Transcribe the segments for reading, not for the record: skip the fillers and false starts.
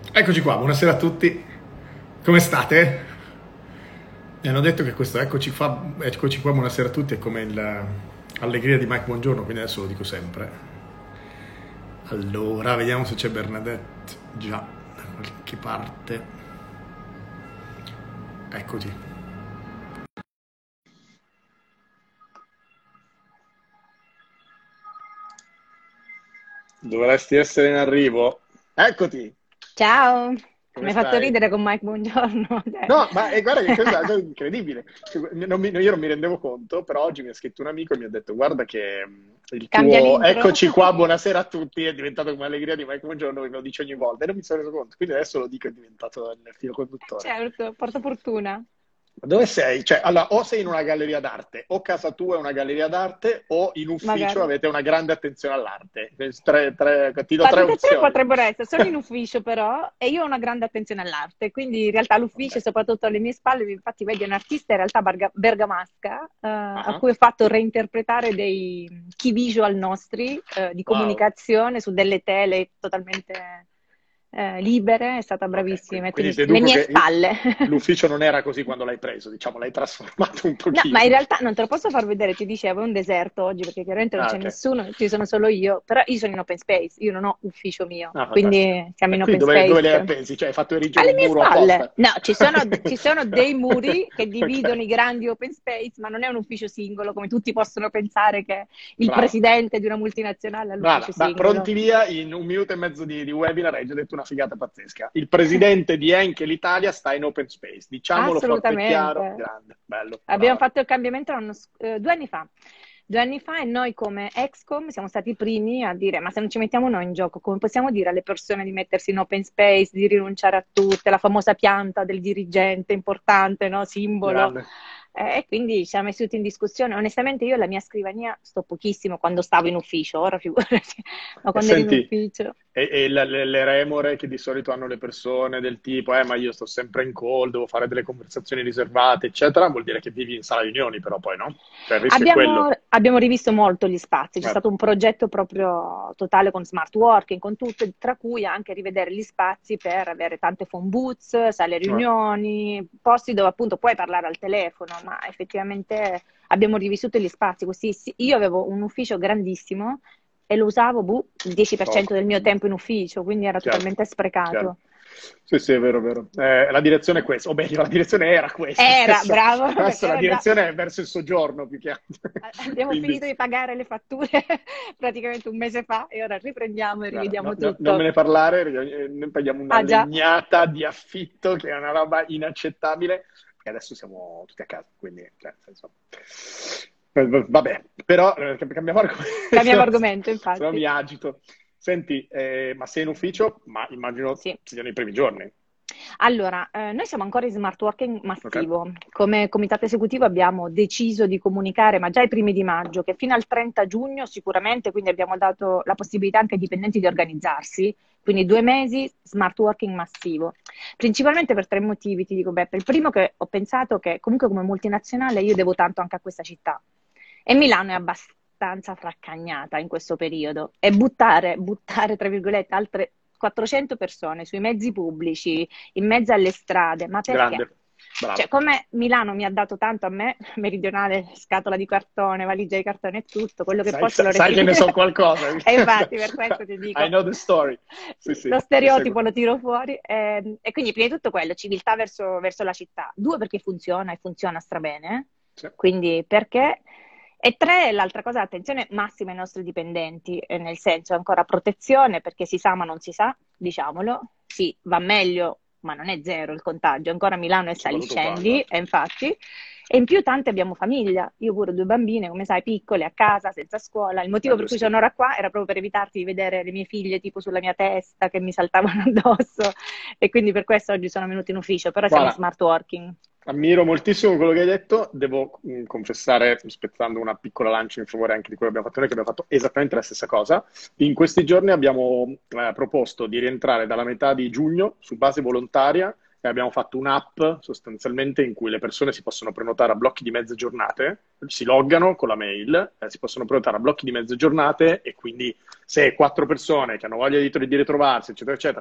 Eccoci qua, buonasera a tutti. Come state? Mi hanno detto che questo eccoci qua, buonasera a tutti è come l'allegria di Mike Buongiorno, quindi adesso lo dico sempre. Allora, vediamo se c'è Bernadette già da qualche parte. Eccoti. Dovresti essere in arrivo. Eccoti, Ciao, come mi hai fatto stai? ridere con Mike Buongiorno. No, ma guarda che questa è una cosa incredibile. Io non mi rendevo conto, però oggi mi ha scritto un amico e mi ha detto: Guarda, che il Cambia tuo l'intro. eccoci qua, buonasera a tutti è diventato come allegria di Mike Buongiorno, che me lo dice ogni volta e non mi sono reso conto. Quindi adesso lo dico, è diventato il filo conduttore. Certo, porta fortuna. Ma dove sei? Cioè, allora, o sei in una galleria d'arte, o casa tua è una galleria d'arte, o in ufficio Magari. avete una grande attenzione all'arte. Ti do Ma tre tutte e tre opzioni. potrebbero essere, sono in ufficio però e io ho una grande attenzione all'arte, quindi in realtà l'ufficio, Vabbè. soprattutto alle mie spalle, infatti vedi è un artista in realtà bergamasca, a Ah, cui ho fatto reinterpretare dei key visual nostri di wow. comunicazione su delle tele totalmente libere, è stata Ok, bravissima, e quindi quindi le deduco mie che spalle. l'ufficio non era così quando l'hai preso, diciamo, l'hai trasformato un No, ma pochino. in realtà non te lo posso far vedere, ti dicevo, è un deserto oggi perché chiaramente non Ah, c'è ok. nessuno, ci sono solo io, però io sono in open space, io non ho ufficio mio, Ah, fantastico. quindi siamo E in qui open dove space. le appensi? Cioè, hai fatto erigere Alle un mie muro spalle, apposta? no, ci sono dei muri che dividono Ok, i grandi open space, ma non è un ufficio singolo, come tutti possono pensare che il brava. presidente di una multinazionale ha l'ufficio Brava, ma singolo. pronti via, in un minuto e mezzo di webinar hai già detto una figata pazzesca. Il presidente di Enkel Italia sta in open space, diciamolo forte e chiaro, Assolutamente. grande, bello, Abbiamo brava. fatto il cambiamento 2 anni fa. 2 anni fa e noi come Excom siamo stati i primi a dire: ma se non ci mettiamo noi in gioco, come possiamo dire alle persone di mettersi in open space, di rinunciare a tutte, la famosa pianta del dirigente importante, no? Simbolo. Grande. E quindi ci siamo messi tutti in discussione. Onestamente io alla mia scrivania sto pochissimo quando stavo in ufficio, ora figurati, ma E quando ero in senti, ufficio. le remore che di solito hanno le persone del tipo, ma io sto sempre in call, devo fare delle conversazioni riservate, eccetera, vuol dire che vivi in sala riunioni, però poi no? Cioè il rischio è Abbiamo, quello. abbiamo rivisto molto gli spazi, c'è Eh, stato un progetto proprio totale con smart working, con tutto, tra cui anche rivedere gli spazi per avere tante phone booths, sale eh. riunioni, posti dove appunto puoi parlare al telefono, ma effettivamente abbiamo rivissuto gli spazi. Così sì, io avevo un ufficio grandissimo e lo usavo il 10% Poco. del mio tempo in ufficio, quindi era Chiaro, totalmente chiaro. sprecato. Sì, sì, è vero, è vero. La direzione è questa, o meglio, la direzione era questa. Era, bravo, Adesso perché la era già. direzione è verso il soggiorno, più che altro. Abbiamo Quindi, finito di pagare le fatture praticamente un mese fa e ora riprendiamo e guarda, rivediamo non me tutto. ne parlare, perché noi paghiamo una Ah già, legnata di affitto che è una roba inaccettabile, e adesso siamo tutti a casa, quindi, cioè, nel senso. Vabbè, però cambiamo argomento, cambiamo se argomento, no mi infatti. agito. Senti, ma sei in ufficio? Ma immagino Sì. siano i primi giorni, Allora, noi siamo ancora in smart working ok? massivo. Come comitato esecutivo abbiamo deciso di comunicare, ma già ai primi di maggio, che fino al 30 giugno sicuramente, quindi abbiamo dato la possibilità anche ai dipendenti di organizzarsi, quindi 2 mesi smart working massivo. Principalmente per tre motivi, ti dico Beppe. Il primo, che ho pensato che comunque come multinazionale io devo tanto anche a questa città e Milano è abbastanza fraccagnata in questo periodo e buttare tra virgolette altre 400 persone sui mezzi pubblici, in mezzo alle strade, ma perché? Grande, Cioè, brava. come Milano mi ha dato tanto a me, meridionale, scatola di cartone, valigia di cartone e tutto, quello che posso lo Sai che ne so restituisco. qualcosa. E infatti, per questo ti I dico, know the story. Sì, sì, lo ti seguo. stereotipo lo tiro fuori. E quindi, prima di tutto quello, civiltà verso la città. Due, perché funziona e funziona strabene. Sì, Quindi, perché? E tre, l'altra cosa, attenzione massima ai nostri dipendenti, nel senso ancora protezione, perché si sa ma non si sa, diciamolo. Sì, va meglio, ma non è zero il contagio. Ancora Milano è soprattutto qua, saliscendi, esatto. e infatti. E in più tante abbiamo famiglia, io pure ho due bambine, come sai, piccole, a casa, senza scuola. Il motivo per cui Giusto. sono ora qua era proprio per evitarti di vedere le mie figlie tipo sulla mia testa che mi saltavano addosso e quindi per questo oggi sono venuta in ufficio, però siamo in Guarda, smart working. ammiro moltissimo quello che hai detto. Devo confessare, spezzando una piccola lancia in favore anche di quello che abbiamo fatto noi, che abbiamo fatto esattamente la stessa cosa. In questi giorni abbiamo proposto di rientrare dalla metà di giugno su base volontaria e abbiamo fatto un'app sostanzialmente in cui le persone si possono prenotare a blocchi di mezze giornate, si loggano con la mail, si possono prenotare a blocchi di mezze giornate e quindi se quattro persone che hanno voglia di ritrovarsi, eccetera, eccetera,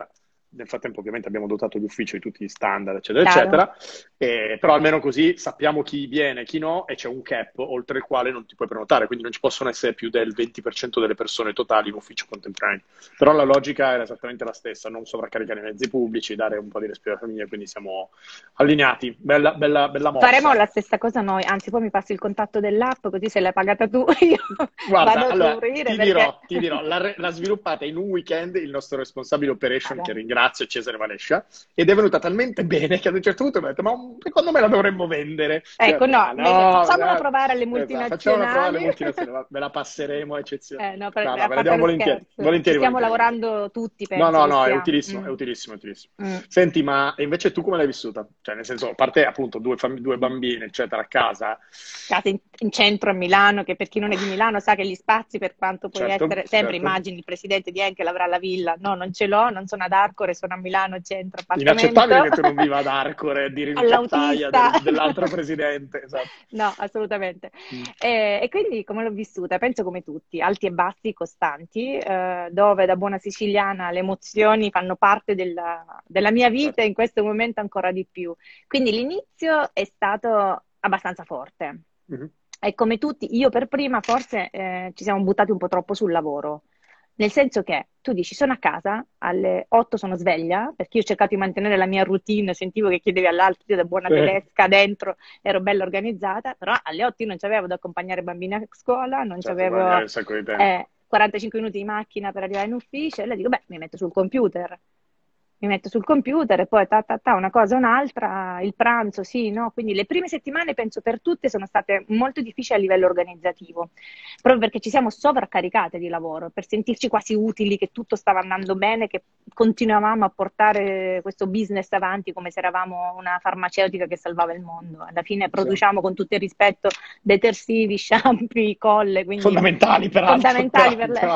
nel frattempo ovviamente abbiamo dotato l'ufficio di tutti gli standard, eccetera, Chiaro. eccetera, però almeno così sappiamo chi viene, chi no, e c'è un cap oltre il quale non ti puoi prenotare, quindi non ci possono essere più del 20% delle persone totali in ufficio contemporaneamente. Però la logica era esattamente la stessa, non sovraccaricare i mezzi pubblici, dare un po' di respiro alla famiglia, quindi siamo allineati. Bella, bella, bella Faremo mossa. la stessa cosa noi, anzi poi mi passi il contatto dell'app così se l'hai pagata tu io Guarda, vado a allora coprire ti perché... dirò, l'ha sviluppata in un weekend il nostro responsabile operation, che Vabbè. ringrazio, Cesare Valescia, ed è venuta talmente bene che ad un certo punto mi ha detto, ma secondo me la dovremmo vendere. Io ho Ecco, detto, no, ma meglio, no, facciamola provare alle esatto, facciamola provare alle multinazionali. multinazionali, ve la passeremo a eccezione. No, No, no, a ve la parte diamo lo volentieri, scherzo, ci volentieri, stiamo volentieri, volentieri. lavorando tutti, No, penso no, che no, è sia. utilissimo, è utilissimo, è utilissimo. Mm. Senti, ma invece tu come l'hai vissuta? Cioè, nel senso, a parte appunto due bambine, eccetera, a casa, Casa in centro a Milano, che per chi non è di Milano sa che gli spazi, per quanto puoi certo, essere, sempre certo. immagini il presidente di Enkel avrà la villa, no, non ce l'ho, non sono ad Arcore, sono a Milano centro, Inaccettabile appartamento, che tu non viva ad Arcore, di ricattaia all'autista. dell'altro presidente. Esatto. No, assolutamente. Mm. E quindi come l'ho vissuta? Penso come tutti, alti e bassi costanti, dove da buona siciliana le emozioni fanno parte della mia vita Certo. e in questo momento ancora di più. Quindi l'inizio è stato abbastanza forte. Mhm. E come tutti, io per prima forse ci siamo buttati un po' troppo sul lavoro. Nel senso che tu dici sono a casa, alle 8 sono sveglia, perché io ho cercato di mantenere la mia routine, sentivo che chiedevi all'altro, io da buona tedesca dentro ero bella organizzata, però alle 8 io non c'avevo da accompagnare i bambini a scuola, non Certo, guadagni c'avevo un sacco di tempo. 45 minuti di macchina per arrivare in ufficio e le dico, beh, mi metto sul computer. Mi metto sul computer e poi una cosa o un'altra, il pranzo, sì, no? Quindi le prime settimane, penso per tutte, sono state molto difficili a livello organizzativo, proprio perché ci siamo sovraccaricate di lavoro, per sentirci quasi utili, che tutto stava andando bene, che continuavamo a portare questo business avanti come se eravamo una farmaceutica che salvava il mondo. Alla fine Sì. produciamo con tutto il rispetto detersivi, shampoo, colle, quindi Fondamentali, peraltro. fondamentali per le... Però.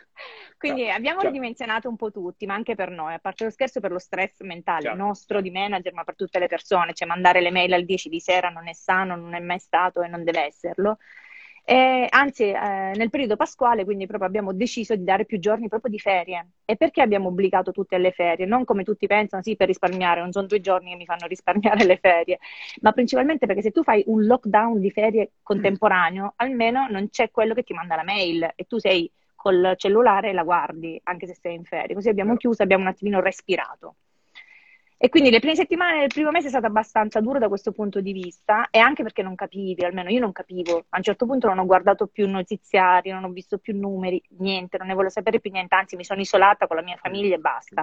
Quindi abbiamo Chiaro, ridimensionato un po' tutti, ma anche per noi, a parte lo scherzo per lo stress mentale chiaro, nostro chiaro. di manager, ma per tutte le persone, cioè mandare le mail al 10 di sera non è sano, non è mai stato e non deve esserlo. E, anzi, nel periodo pasquale, quindi proprio abbiamo deciso di dare più giorni proprio di ferie. E perché abbiamo obbligato tutti alle ferie? Non come tutti pensano, sì, per risparmiare, non sono 2 giorni che mi fanno risparmiare le ferie, ma principalmente perché se tu fai un lockdown di ferie contemporaneo, almeno non c'è quello che ti manda la mail e tu sei col cellulare e la guardi, anche se sei in ferie. Così abbiamo Vero. chiuso, abbiamo un attimino respirato. E quindi le prime settimane del primo mese è stato abbastanza duro da questo punto di vista e anche perché non capivi, almeno io non capivo. A un certo punto non ho guardato più notiziari, non ho visto più numeri, niente, non ne volevo sapere più niente, anzi mi sono isolata con la mia famiglia e basta.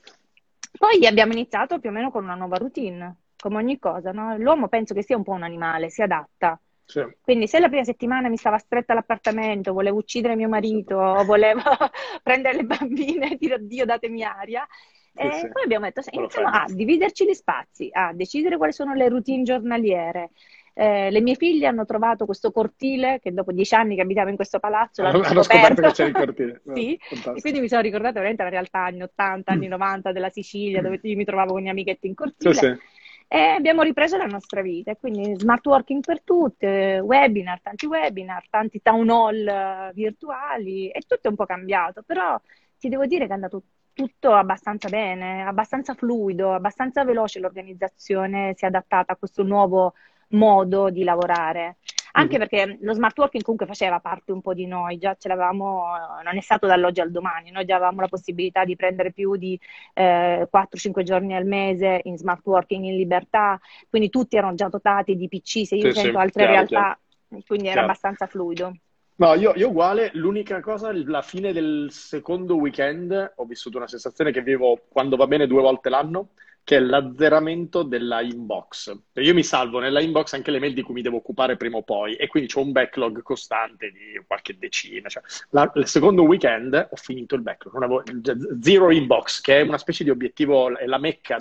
Poi abbiamo iniziato più o meno con una nuova routine, come ogni cosa, no? L'uomo penso che sia un po' un animale, si adatta. Sì, Quindi se la prima settimana mi stava stretta all'appartamento, volevo uccidere mio marito, o volevo prendere le bambine e dire oddio datemi aria, sì, sì. e poi abbiamo detto Quello iniziamo fai. a dividerci gli spazi, a decidere quali sono le routine giornaliere. Le mie figlie hanno trovato questo cortile che dopo 10 anni che abitiamo in questo palazzo l'hanno Hanno scoperto scoperto. che c'è il cortile. Sì, e Fantastico. quindi mi sono ricordata veramente la realtà anni 80, anni 90 della Sicilia, dove io mi trovavo con i miei amichetti in Sì, cortile. sì. E abbiamo ripreso la nostra vita, e quindi smart working per tutte, webinar, tanti town hall virtuali, e tutto è un po' cambiato, però ti devo dire che è andato tutto abbastanza bene, abbastanza fluido, abbastanza veloce l'organizzazione si è adattata a questo nuovo modo di lavorare. Anche Mhm. perché lo smart working comunque faceva parte un po' di noi, già ce l'avevamo, non è stato dall'oggi al domani, noi già avevamo la possibilità di prendere più di 4-5 giorni al mese in smart working in libertà, quindi tutti erano già dotati di PC, se io Sì, sento sì, altre chiaro, chiaro, realtà, quindi era chiaro. abbastanza fluido. No, io uguale, l'unica cosa, la fine del secondo weekend ho vissuto una sensazione che vivo quando va bene 2 volte l'anno, che è l'azzeramento della inbox. Io mi salvo nella inbox anche le mail di cui mi devo occupare prima o poi e quindi c'ho un backlog costante di qualche decina. Cioè, il secondo weekend ho finito il backlog, non avevo, zero inbox, che è una specie di obiettivo, è la mecca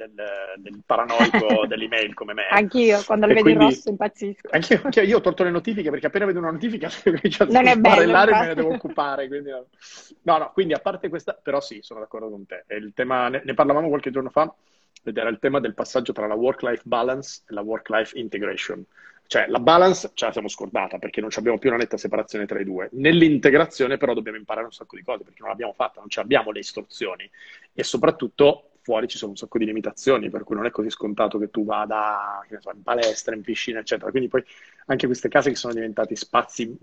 del paranoico dell'email come me. Anch'io, quando lo E vedo in quindi rosso impazzisco. anche io ho tolto le notifiche perché appena vedo una notifica comincio a Non è bello, sbarellare e me ne infatti. devo occupare. Quindi no, quindi a parte questa, però sì, sono d'accordo con te. È il tema, ne parlavamo qualche giorno fa ed era il tema del passaggio tra la work-life balance e la work-life integration. Cioè, la balance ce la siamo scordata perché non abbiamo più una netta separazione tra i due. Nell'integrazione, però, dobbiamo imparare un sacco di cose perché non l'abbiamo fatta, non ci abbiamo le istruzioni e soprattutto fuori ci sono un sacco di limitazioni, per cui non è così scontato che tu vada, che ne so, in palestra, in piscina, eccetera. Quindi poi anche queste case che sono diventati spazi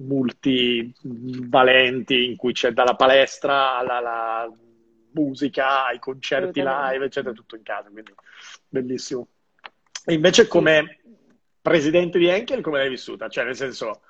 multivalenti in cui c'è dalla palestra alla musica, ai concerti live, Assolutamente. eccetera, tutto in casa, quindi bellissimo. E invece Sì. come presidente di Henkel, come l'hai vissuta? Cioè, nel senso,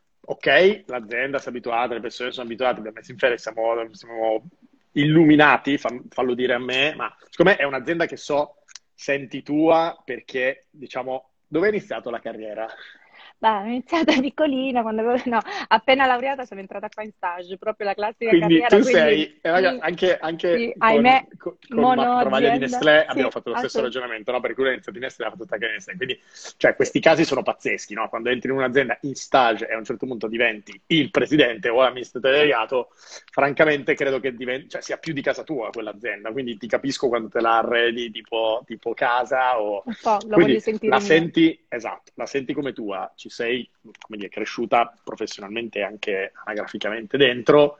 ok, l'azienda si è abituata, le persone sono abituate, abbiamo messo in ferie, siamo illuminati, fallo dire a me, ma secondo me è un'azienda che senti tua perché, diciamo, dove hai iniziato la carriera? Beh, ho iniziato piccolina, no, appena laureata sono entrata qua in stage, proprio la classica Quindi carriera, tu quindi sei, raga, sì, anche sì, ahimè, con Marco Travaglia di monoazienda, Nestlé abbiamo sì, fatto lo stesso ragionamento, no? Perché lui ha iniziato di Nestlé, ha fatto anche Nestlé. Quindi, cioè, questi casi sono pazzeschi, no? Quando entri in un'azienda in stage e a un certo punto diventi il presidente o l'amministratore delegato, francamente credo che cioè, sia più di casa tua quell'azienda. Quindi ti capisco quando te la arredi tipo casa o... un po', lo voglio Quindi la sentire mia. senti, esatto, la senti come tua, ci sei, come dire, cresciuta professionalmente e anche anagraficamente dentro,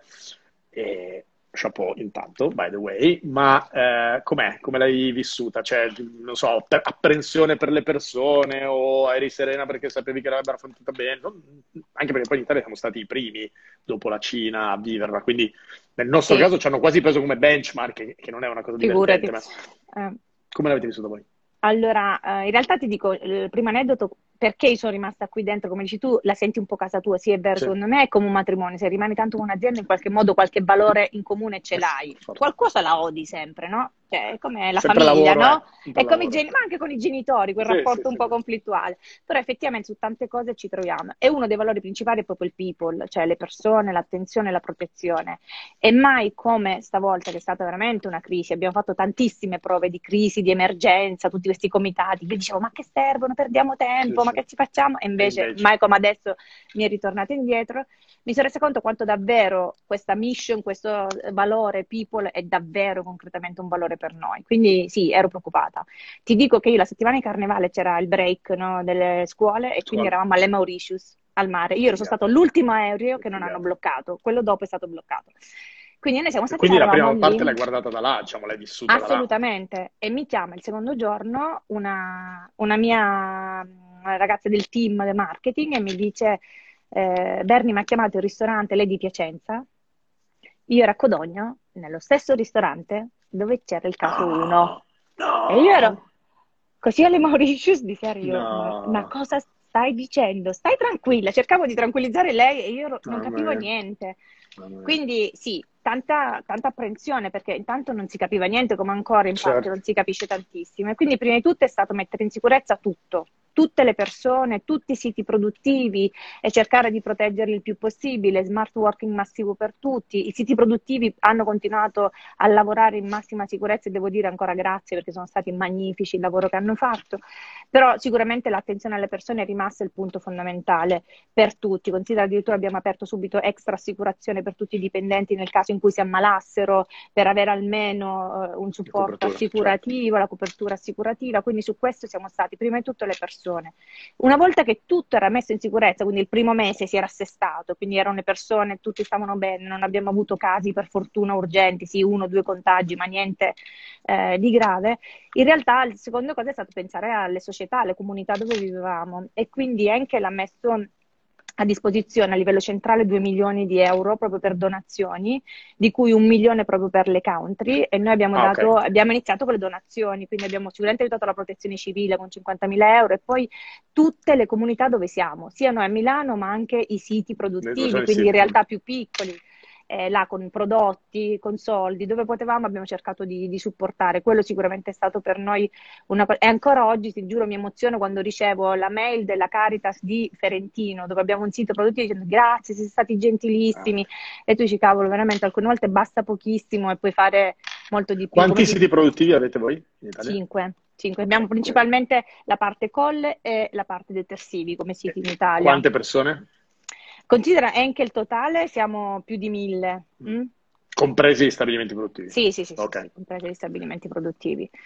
e chapeau intanto, by the way, ma com'è? Come l'hai vissuta? Cioè, non so, apprensione per le persone o eri serena perché sapevi che l'avrebbero affrontata bene? Anche perché poi in Italia siamo stati i primi dopo la Cina a viverla, quindi nel nostro Sì, caso ci hanno quasi preso come benchmark, che non è una cosa divertente, figurati. ma Eh, come l'avete vissuta voi? Allora, in realtà ti dico, il primo aneddoto, perché io sono rimasta qui dentro, come dici tu, la senti un po' casa tua, sì è vero, Sì. secondo me è come un matrimonio, se rimani tanto con un'azienda in qualche modo qualche valore in comune ce Sì, l'hai, forte. qualcosa la odi sempre, no? Cioè, è come la Sempre famiglia, lavoro, no? sempre È come lavoro. ma anche con i genitori, quel Sì, sì, rapporto un sì, po' sì. conflittuale, però effettivamente su tante cose ci troviamo e uno dei valori principali è proprio il people, cioè le persone, l'attenzione e la protezione. E mai come stavolta, che è stata veramente una crisi, abbiamo fatto tantissime prove di crisi, di emergenza, tutti questi comitati, io dicevo ma che servono, perdiamo Sì, tempo, ma sì. che ci facciamo? E E invece invece, mai come adesso mi è ritornato indietro, mi sono resa conto quanto davvero questa mission, questo valore people è davvero concretamente un valore per noi. Quindi sì, ero preoccupata. Ti dico che io la settimana di carnevale c'era il break, no, delle scuole e quindi scuola, eravamo alle Mauritius al mare. che Io ero stato figata, l'ultimo aereo che che non hanno figata. bloccato, quello dopo è stato bloccato. Quindi noi siamo E stati là, quindi la eravamo prima lì. parte l'hai guardata da là, diciamo, l'hai vissuta da là. Assolutamente. E mi chiama il secondo giorno una mia una ragazza del team del marketing e mi dice: Berni mi ha chiamato il ristorante, lei di Piacenza. Io ero a Codogno, nello stesso ristorante dove c'era il caso 1. No, E io no, ero così alle Mauritius di serio, ma no. cosa stai dicendo? Stai tranquilla, cercavo di tranquillizzare lei e io non Mamma capivo mia, niente. mamma mia. Quindi sì, tanta apprensione perché intanto non si capiva niente, come ancora in parte Certo, non si capisce tantissimo. E quindi prima di tutto è stato mettere in sicurezza tutto, tutte le persone, tutti i siti produttivi e cercare di proteggerli il più possibile, smart working massivo per tutti. I siti produttivi hanno continuato a lavorare in massima sicurezza e devo dire ancora grazie perché sono stati magnifici il lavoro che hanno fatto, però sicuramente l'attenzione alle persone è rimasta il punto fondamentale per tutti. Considera addirittura abbiamo aperto subito extra assicurazione per tutti i dipendenti nel caso in cui si ammalassero per avere almeno un la supporto copertura, certo. assicurativo, la copertura assicurativa, quindi su questo siamo stati prima di tutto le persone. Una volta che tutto era messo in sicurezza, quindi il primo mese si era assestato, quindi erano le persone, tutti stavano bene, non abbiamo avuto casi per fortuna urgenti, sì, 1 o 2 contagi, ma niente di grave. In realtà la seconda cosa è stato pensare alle società, alle comunità dove vivevamo e quindi Enkel ha messo a disposizione a livello centrale 2 milioni di euro proprio per donazioni, di cui 1 milione proprio per le country e noi Ah, ok. abbiamo iniziato con le donazioni, quindi abbiamo sicuramente aiutato la protezione civile con 50.000 euro e poi tutte le comunità dove siamo, sia noi a Milano ma anche i siti Nel dove produttivi, sono i quindi in siti realtà produttivi. più piccoli là con prodotti, con soldi, dove potevamo abbiamo cercato di supportare. Quello sicuramente è stato per noi una cosa. E ancora oggi, ti giuro, mi emoziono quando ricevo la mail della Caritas di Ferentino, dove abbiamo un sito produttivo dicendo grazie, siete stati Ah. gentilissimi. E tu dici, cavolo, veramente alcune volte basta pochissimo e puoi fare molto di più. Come Quanti ti siti produttivi avete voi in Italia? 5. 5. Abbiamo Ok. principalmente la parte colle e la parte detersivi come siti in E Italia. quante persone? Considera anche il totale, siamo più di 1.000. Mm. Compresi gli stabilimenti produttivi. Sì, sì, sì, sì, Ok. sì, compresi gli stabilimenti produttivi.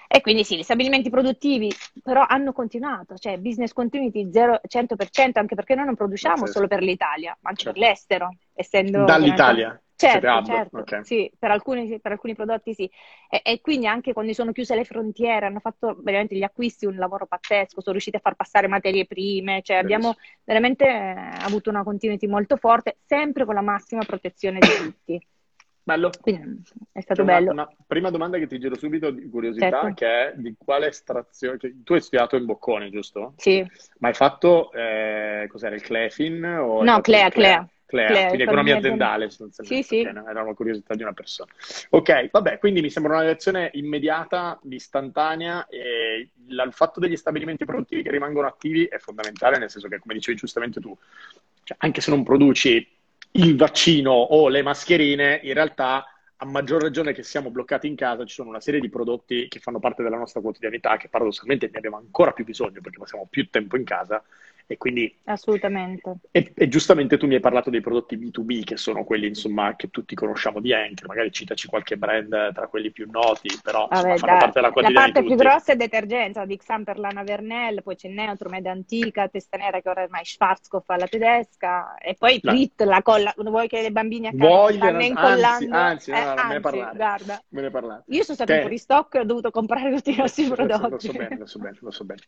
E quindi sì, gli stabilimenti produttivi però hanno continuato, cioè business continuity 0, 100%, anche perché noi non produciamo solo Pazzesco. per l'Italia, ma anche per Certo. l'estero, essendo ovviamente... Dall'Italia siete Certo, hub, certo, ok. sì, per alcuni prodotti sì. E quindi anche quando sono chiuse le frontiere hanno fatto veramente gli acquisti un lavoro pazzesco, sono riusciti a far passare materie prime, cioè abbiamo Bellissimo. veramente avuto una continuity molto forte, sempre con la massima protezione di tutti. Bello. Quindi è C'è stato bello, una prima domanda che ti giro subito di curiosità, certo. che è di quale estrazione... Tu hai studiato in Bocconi, giusto? Sì. Ma hai fatto, cos'era, il Clefin o hai No, fatto il Clea, Clea? Clea, Clea, Clea, quindi economia economia aziendale. aziendale Sì, sostanzialmente. Ok, sì, no, era una curiosità di una persona. Ok, vabbè, quindi mi sembra una lezione immediata, istantanea e il fatto degli stabilimenti produttivi che rimangono attivi è fondamentale, nel senso che, come dicevi giustamente tu, cioè, anche se non produci il vaccino o le mascherine, in realtà a maggior ragione che siamo bloccati in casa, ci sono una serie di prodotti che fanno parte della nostra quotidianità, che paradossalmente ne abbiamo ancora più bisogno perché passiamo più tempo in casa e quindi assolutamente. e giustamente tu mi hai parlato dei prodotti B2B, che sono quelli, insomma, che tutti conosciamo di Henkel, magari citaci qualche brand tra quelli più noti, però, insomma, Vabbè, fanno parte della la quotidianità parte di più tutti. grossa è detergenza, Big Sam per Lana Vernel, poi c'è Neutro, Meda Antica, Testa Nera che ora ormai Schwarzkopf alla tedesca, e poi La- Pritt, la colla, vuoi che i bambini a casa si Vuoi che stanno non... Anzi, incollando? anzi, no, no, non me ne Anzi, parlare, guarda, me ne parlare. io sono stata in Che fuoristock e ho dovuto comprare tutti i nostri Lo prodotti. so bene, lo so bene, lo so bene.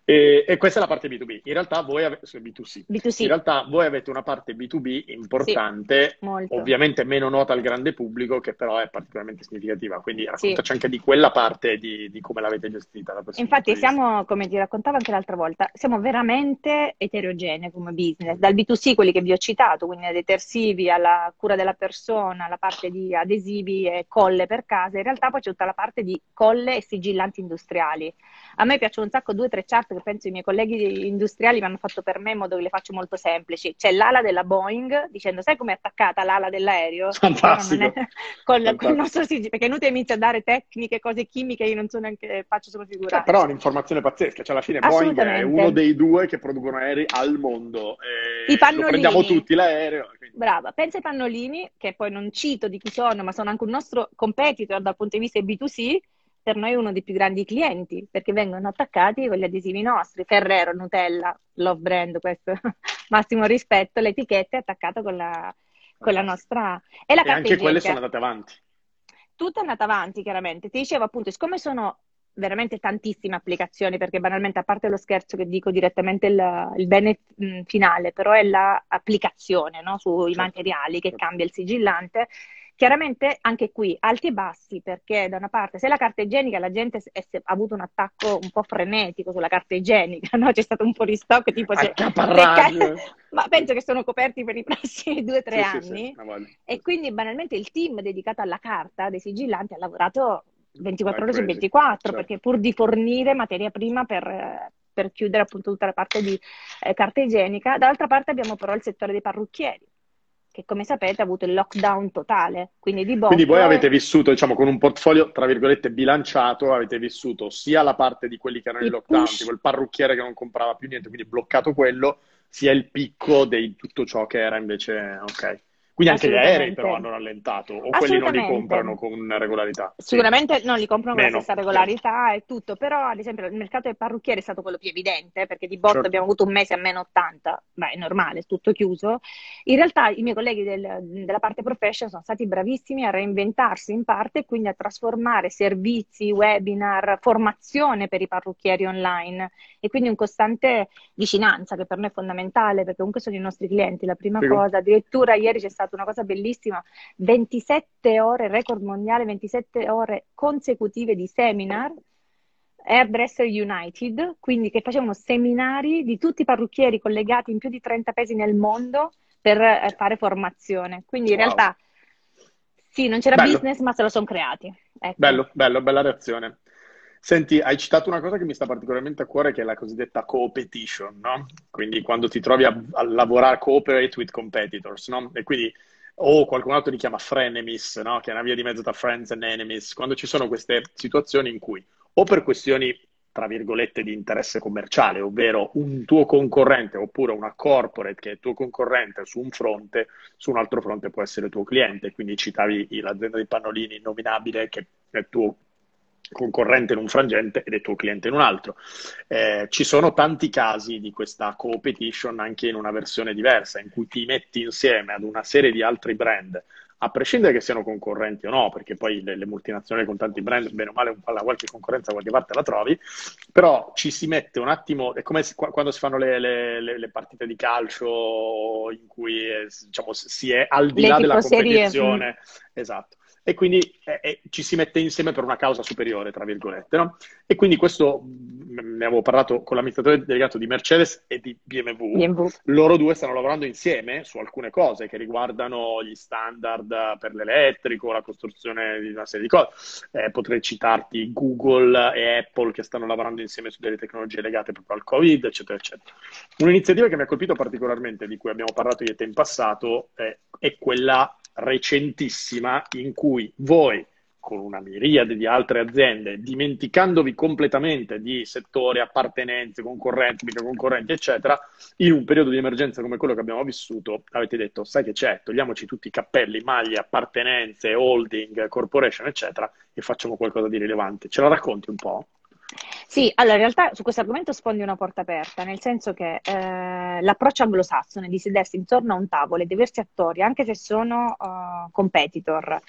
E questa è la parte B2B. In realtà voi avete, B2C. In B2C, realtà voi avete una parte B2B sì, importante, molto. ovviamente meno nota al grande pubblico, che però è particolarmente significativa. Quindi Sì. raccontaci anche di quella parte di come l'avete gestita da questo punto Infatti di vista. siamo, come ti raccontavo anche l'altra volta, siamo veramente eterogenei come business, dal B2C, quelli che vi ho citato, quindi dai detersivi alla cura della persona, alla parte di adesivi e colle per casa, in realtà poi c'è tutta la parte di colle e sigillanti industriali. A me piacciono un sacco 2 o 3 chart che penso i miei colleghi industriali mi hanno fatto per me in modo che le faccio molto semplici. C'è l'ala della Boeing, dicendo sai com'è attaccata l'ala dell'aereo? Però non è Fantastico, col fantastico. nostro sigillo, perché è inutile iniziare a dare tecniche, cose chimiche, io non so neanche, faccio solo Però è figuracce. un'informazione pazzesca, cioè alla fine Boeing è uno Assolutamente. dei due che producono aerei al mondo, I lo prendiamo pannolini. tutti l'aereo, quindi Brava, pensa ai pannolini, che poi non cito di chi sono, ma sono anche un nostro competitor dal punto di vista B2C, per noi è uno dei più grandi clienti, perché vengono attaccati con gli adesivi nostri, Ferrero, Nutella, Love Brand, questo massimo rispetto, l'etichetta è attaccata con la fantastico. nostra... E la E carta anche quelle sono igienica. andate avanti. Tutto è andato avanti, chiaramente. Ti dicevo appunto, siccome sono veramente tantissime applicazioni, perché banalmente, a parte lo scherzo che dico direttamente il bene finale, però è l'applicazione, no, sui Certo, materiali che certo. cambia il sigillante. Chiaramente anche qui alti e bassi, perché da una parte se la carta igienica la gente ha avuto un attacco un po' frenetico sulla carta igienica, no? C'è stato un po' di stock, tipo Accaparraggio. ma penso che sono coperti per i prossimi 2 o 3 Sì, sì, sì, anni una voglia. e quindi banalmente il team dedicato alla carta dei sigillanti ha lavorato 24 Like ore su crazy, 24 perché certo. pur di fornire materia prima per chiudere appunto tutta la parte di carta igienica. Dall'altra parte abbiamo però il settore dei parrucchieri, che come sapete ha avuto il lockdown totale, quindi di Quindi voi botto avete vissuto, diciamo, con un portfolio, tra virgolette, bilanciato, avete vissuto sia la parte di quelli che erano in i lockdown, push. tipo il parrucchiere che non comprava più niente, quindi bloccato quello, sia il picco di tutto ciò che era invece, ok. Quindi anche gli aerei però Assolutamente, hanno rallentato, o quelli non li comprano assolutamente. con regolarità? Sì, Sicuramente non li comprano con la meno, stessa ok, regolarità e tutto, però ad esempio il mercato del parrucchiere è stato quello più evidente, perché di botto certo. abbiamo avuto un mese a meno 80, beh è normale, è tutto chiuso. In realtà i miei colleghi della parte professional sono stati bravissimi a reinventarsi in parte e quindi a trasformare servizi, webinar, formazione per i parrucchieri online e quindi un costante vicinanza che per noi è fondamentale perché comunque sono i nostri clienti, la prima Figo. cosa. Addirittura ieri c'è stata una cosa bellissima, 27 ore, record mondiale, 27 ore consecutive di seminar, Hairdresser United, quindi che facevano seminari di tutti i parrucchieri collegati in più di 30 paesi nel mondo per fare formazione. Quindi in Wow. realtà sì, non c'era Bello. business, ma se lo sono creati. Ecco. Bello, bello, bella reazione. Senti, hai citato una cosa che mi sta particolarmente a cuore, che è la cosiddetta co-opetition, no? Quindi quando ti trovi a lavorare, cooperate with competitors, no? E quindi, o qualcun altro li chiama frenemies, no? Che è una via di mezzo tra friends and enemies. Quando ci sono queste situazioni in cui, o per questioni, tra virgolette, di interesse commerciale, ovvero un tuo concorrente oppure una corporate che è tuo concorrente su un fronte, su un altro fronte può essere tuo cliente. Quindi citavi l'azienda di pannolini innominabile che è tuo concorrente in un frangente ed è tuo cliente in un altro. Ci sono tanti casi di questa competition anche in una versione diversa, in cui ti metti insieme ad una serie di altri brand, a prescindere che siano concorrenti o no, perché poi le multinazionali con tanti brand, bene o male, qualche concorrenza da qualche parte la trovi, però ci si mette un attimo, è come quando si fanno le partite di calcio in cui diciamo, si è al di Le là della tifoserie. competizione, esatto. E quindi ci si mette insieme per una causa superiore, tra virgolette, no? E quindi questo, ne avevo parlato con l'amministratore delegato di Mercedes e di BMW, BMW. loro due stanno lavorando insieme su alcune cose che riguardano gli standard per l'elettrico, la costruzione di una serie di cose. Potrei citarti Google e Apple che stanno lavorando insieme su delle tecnologie legate proprio al Covid, eccetera, eccetera. Un'iniziativa che mi ha colpito particolarmente, di cui abbiamo parlato io e te in passato, è quella recentissima in cui voi, con una miriade di altre aziende, dimenticandovi completamente di settori, appartenenze, concorrenti, mica concorrenti, eccetera, in un periodo di emergenza come quello che abbiamo vissuto, avete detto, sai che c'è, togliamoci tutti i cappelli, maglie, appartenenze, holding, corporation, eccetera, e facciamo qualcosa di rilevante. Ce la racconti un po'? Sì, allora in realtà su questo argomento sfondi una porta aperta, nel senso che l'approccio anglosassone di sedersi intorno a un tavolo e diversi attori, anche se sono competitor,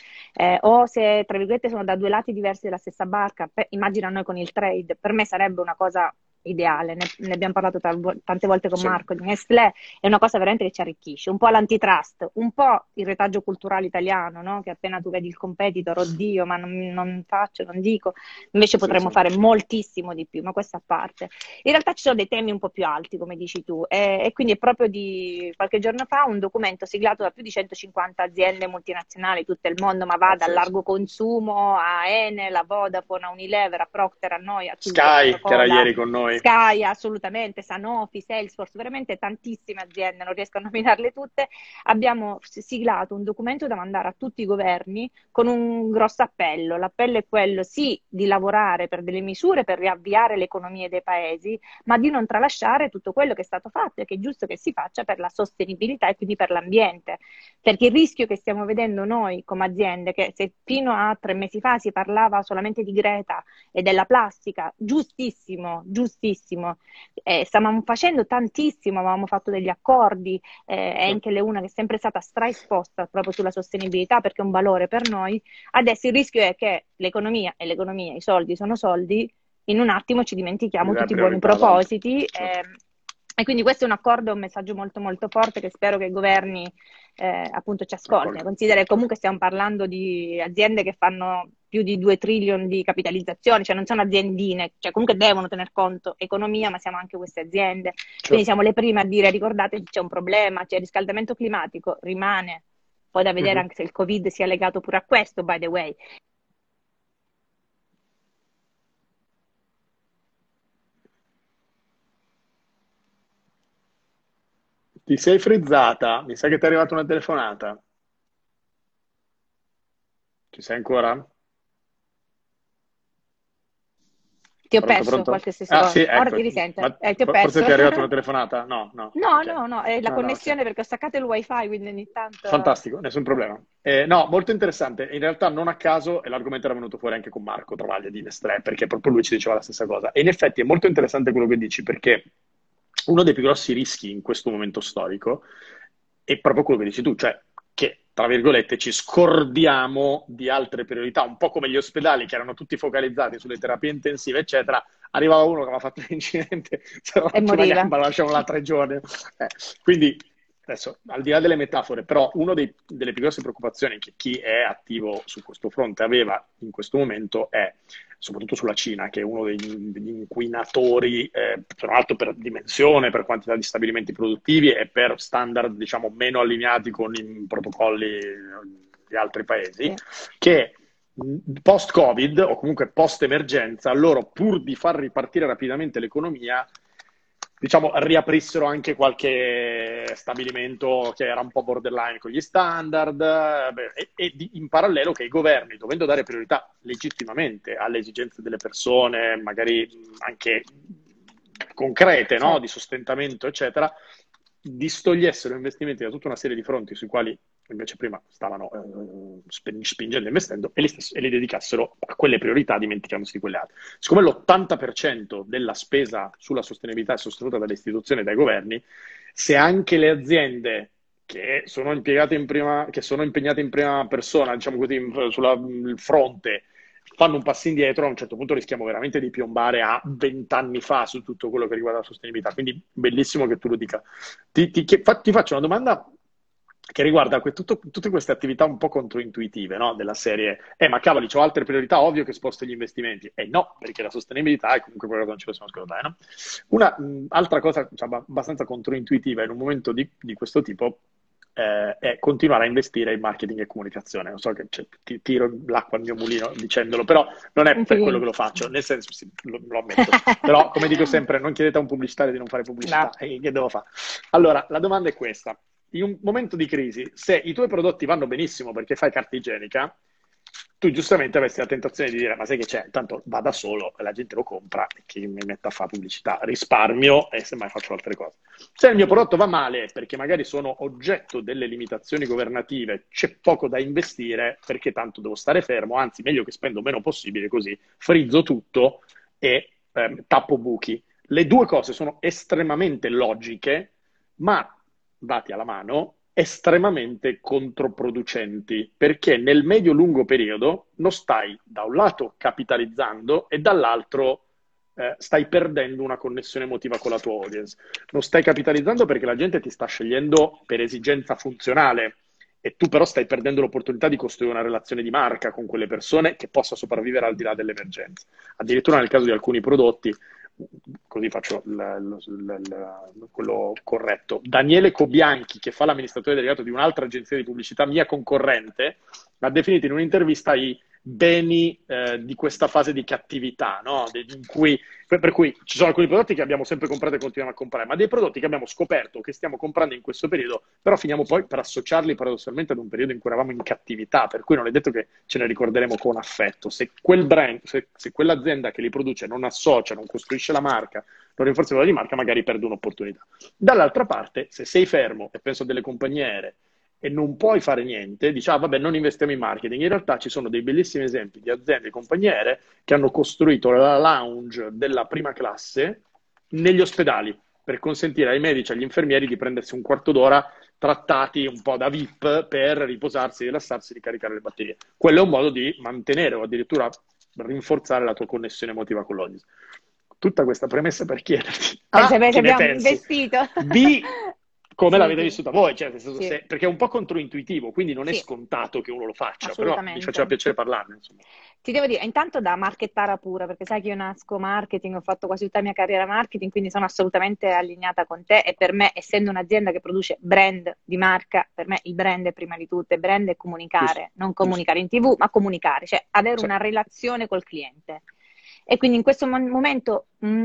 o se tra virgolette sono da due lati diversi della stessa barca, immagina noi con il trade, per me sarebbe una cosa ideale, ne abbiamo parlato tante volte con Sì, Marco di Nestlé, è una cosa veramente che ci arricchisce, un po' l'antitrust, un po' il retaggio culturale italiano, no? Che appena tu vedi il competitor, oddio, ma non faccio, non dico. Invece sì, potremmo sì. fare moltissimo di più, ma questo a parte. In realtà ci sono dei temi un po' più alti, come dici tu, e quindi è proprio di qualche giorno fa un documento siglato da più di 150 aziende multinazionali, tutto il mondo, ma va dal Pazzesco. largo consumo a Enel, a Vodafone, a Unilever, a Procter, a noi, a tutto, Sky, che era Coca-Cola, ieri con noi. Sky, assolutamente, Sanofi, Salesforce, veramente tantissime aziende, non riesco a nominarle tutte. Abbiamo siglato un documento da mandare a tutti i governi con un grosso appello. L'appello è quello, sì, di lavorare per delle misure per riavviare le economie dei paesi, ma di non tralasciare tutto quello che è stato fatto e che è giusto che si faccia per la sostenibilità e quindi per l'ambiente. Perché il rischio che stiamo vedendo noi come aziende, che se fino a 3 mesi fa si parlava solamente di Greta e della plastica, giustissimo, giustissimo, stavamo facendo tantissimo, avevamo fatto degli accordi, Sì. Henkel è una che è sempre stata straesposta proprio sulla sostenibilità perché è un valore per noi. Adesso il rischio è che l'economia, i soldi sono soldi, in un attimo ci Gli dimentichiamo dai tutti i buoni priorità ad altro. propositi. Certo. E quindi questo è un accordo, un messaggio molto molto forte che spero che i governi appunto ci ascoltino. D'accordo. Considera che comunque stiamo parlando di aziende che fanno più di 2 trillion di capitalizzazione, cioè non sono aziendine, cioè comunque devono tener conto economia, ma siamo anche queste aziende. Quindi Certo. siamo le prime a dire, ricordate, c'è un problema, c'è il riscaldamento climatico, rimane. Poi da vedere Mhm. anche se il Covid sia legato pure a questo, by the way. Ti sei frizzata? Mi sa che ti è arrivata una telefonata. Ci sei ancora? Ti ho Pronto, perso pronto? qualche Ah, sì, secondo. Ora ti ecco. risente? Ma Ti ho forse perso. ti è arrivata una telefonata? No, no. No, Ok. no, no, è la No, no, ok. connessione perché ho staccato il wifi, quindi ogni tanto... Fantastico, nessun problema. No, molto interessante. In realtà, non a caso, e l'argomento era venuto fuori anche con Marco Travaglia di Nestlé, perché proprio lui ci diceva la stessa cosa. E in effetti è molto interessante quello che dici, perché uno dei più grossi rischi in questo momento storico è proprio quello che dici tu, cioè che, tra virgolette, ci scordiamo di altre priorità, un po' come gli ospedali che erano tutti focalizzati sulle terapie intensive, eccetera. Arrivava uno che aveva fatto un incidente, si era E rotto una moriva. gamba, lo lasciamo là 3 giorni. Quindi adesso, al di là delle metafore, però una delle più grosse preoccupazioni che chi è attivo su questo fronte aveva in questo momento è, soprattutto sulla Cina, che è uno degli inquinatori, tra l'altro per dimensione, per quantità di stabilimenti produttivi e per standard, diciamo, meno allineati con i protocolli di altri paesi, Sì. che post-Covid o comunque post-emergenza, loro pur di far ripartire rapidamente l'economia, diciamo, riaprissero anche qualche stabilimento che era un po' borderline con gli standard in parallelo che i governi, dovendo dare priorità legittimamente alle esigenze delle persone, magari anche concrete, no? Certo. Di sostentamento, eccetera, distogliessero investimenti da tutta una serie di fronti sui quali invece prima stavano spingendo e investendo, e li dedicassero a quelle priorità, dimenticandosi di quelle altre. Siccome l'80% della spesa sulla sostenibilità è sostenuta dalle istituzioni e dai governi, se anche le aziende che sono impiegate che sono impegnate in prima persona, diciamo così, sul fronte, fanno un passo indietro, a un certo punto rischiamo veramente di piombare a 20 anni fa su tutto quello che riguarda la sostenibilità. Quindi bellissimo che tu lo dica. Ti faccio una domanda che riguarda tutte queste attività un po' controintuitive, no? Della serie, ma cavoli, c'ho altre priorità, ovvio che sposto gli investimenti. No, perché la sostenibilità è comunque quella che non ci possiamo scordare, no? Una altra cosa, diciamo, abbastanza controintuitiva in un momento di questo tipo è continuare a investire in marketing e comunicazione. Non so che ti tiro l'acqua al mio mulino dicendolo, però non è Un per quello filino. che lo faccio, nel senso, sì, lo ammetto. Però, come dico sempre, non chiedete a un pubblicitario di non fare pubblicità. No. Che devo fare? Allora, la domanda è questa. In un momento di crisi, se i tuoi prodotti vanno benissimo perché fai carta igienica, tu giustamente avresti la tentazione di dire, ma sai che c'è, tanto va da solo, la gente lo compra e che mi metta a fare pubblicità, risparmio e semmai faccio altre cose. Se il mio prodotto va male perché magari sono oggetto delle limitazioni governative, c'è poco da investire perché tanto devo stare fermo, anzi meglio che spendo meno possibile così frizzo tutto e tappo buchi. Le due cose sono estremamente logiche, ma dati alla mano, estremamente controproducenti, perché nel medio-lungo periodo non stai da un lato capitalizzando e dall'altro stai perdendo una connessione emotiva con la tua audience. Non stai capitalizzando perché la gente ti sta scegliendo per esigenza funzionale e tu però stai perdendo l'opportunità di costruire una relazione di marca con quelle persone che possa sopravvivere al di là dell'emergenza. Addirittura nel caso di alcuni prodotti, così faccio quello corretto, Daniele Cobianchi, che fa l'amministratore delegato di un'altra agenzia di pubblicità mia concorrente, ha definito in un'intervista i beni di questa fase di cattività, no? Per cui ci sono alcuni prodotti che abbiamo sempre comprato e continuiamo a comprare, ma dei prodotti che abbiamo scoperto che stiamo comprando in questo periodo, però finiamo poi per associarli paradossalmente ad un periodo in cui eravamo in cattività, per cui non è detto che ce ne ricorderemo con affetto. Se quel brand, se quell'azienda che li produce non associa, non costruisce la marca, non rinforza il valore di marca, magari perde un'opportunità. Dall'altra parte, se sei fermo, e penso a delle compagnie aeree, e non puoi fare niente, dici, vabbè, non investiamo in marketing. In realtà ci sono dei bellissimi esempi di aziende e compagnie aeree che hanno costruito la lounge della prima classe negli ospedali per consentire ai medici e agli infermieri di prendersi un quarto d'ora trattati un po' da VIP per riposarsi, rilassarsi e ricaricare le batterie. Quello è un modo di mantenere o addirittura rinforzare la tua connessione emotiva con l'audience. Tutta questa premessa per chiederti Per A, sapere se che ne abbiamo pensi, investito. B, come Sì, l'avete sì, vissuta voi, cioè, nel senso, sì, perché è un po' controintuitivo, quindi non è sì, scontato che uno lo faccia, però mi faceva assolutamente. piacere parlarne, insomma. Ti devo dire, intanto da marchettara pura, perché sai che io nasco marketing, ho fatto quasi tutta la mia carriera marketing, quindi sono assolutamente allineata con te e per me, essendo un'azienda che produce brand di marca, per me il brand è prima di tutto, il brand è Giusto, comunicare, non giusto. comunicare in TV, ma comunicare, cioè avere Sì, una relazione col cliente. E quindi in questo momento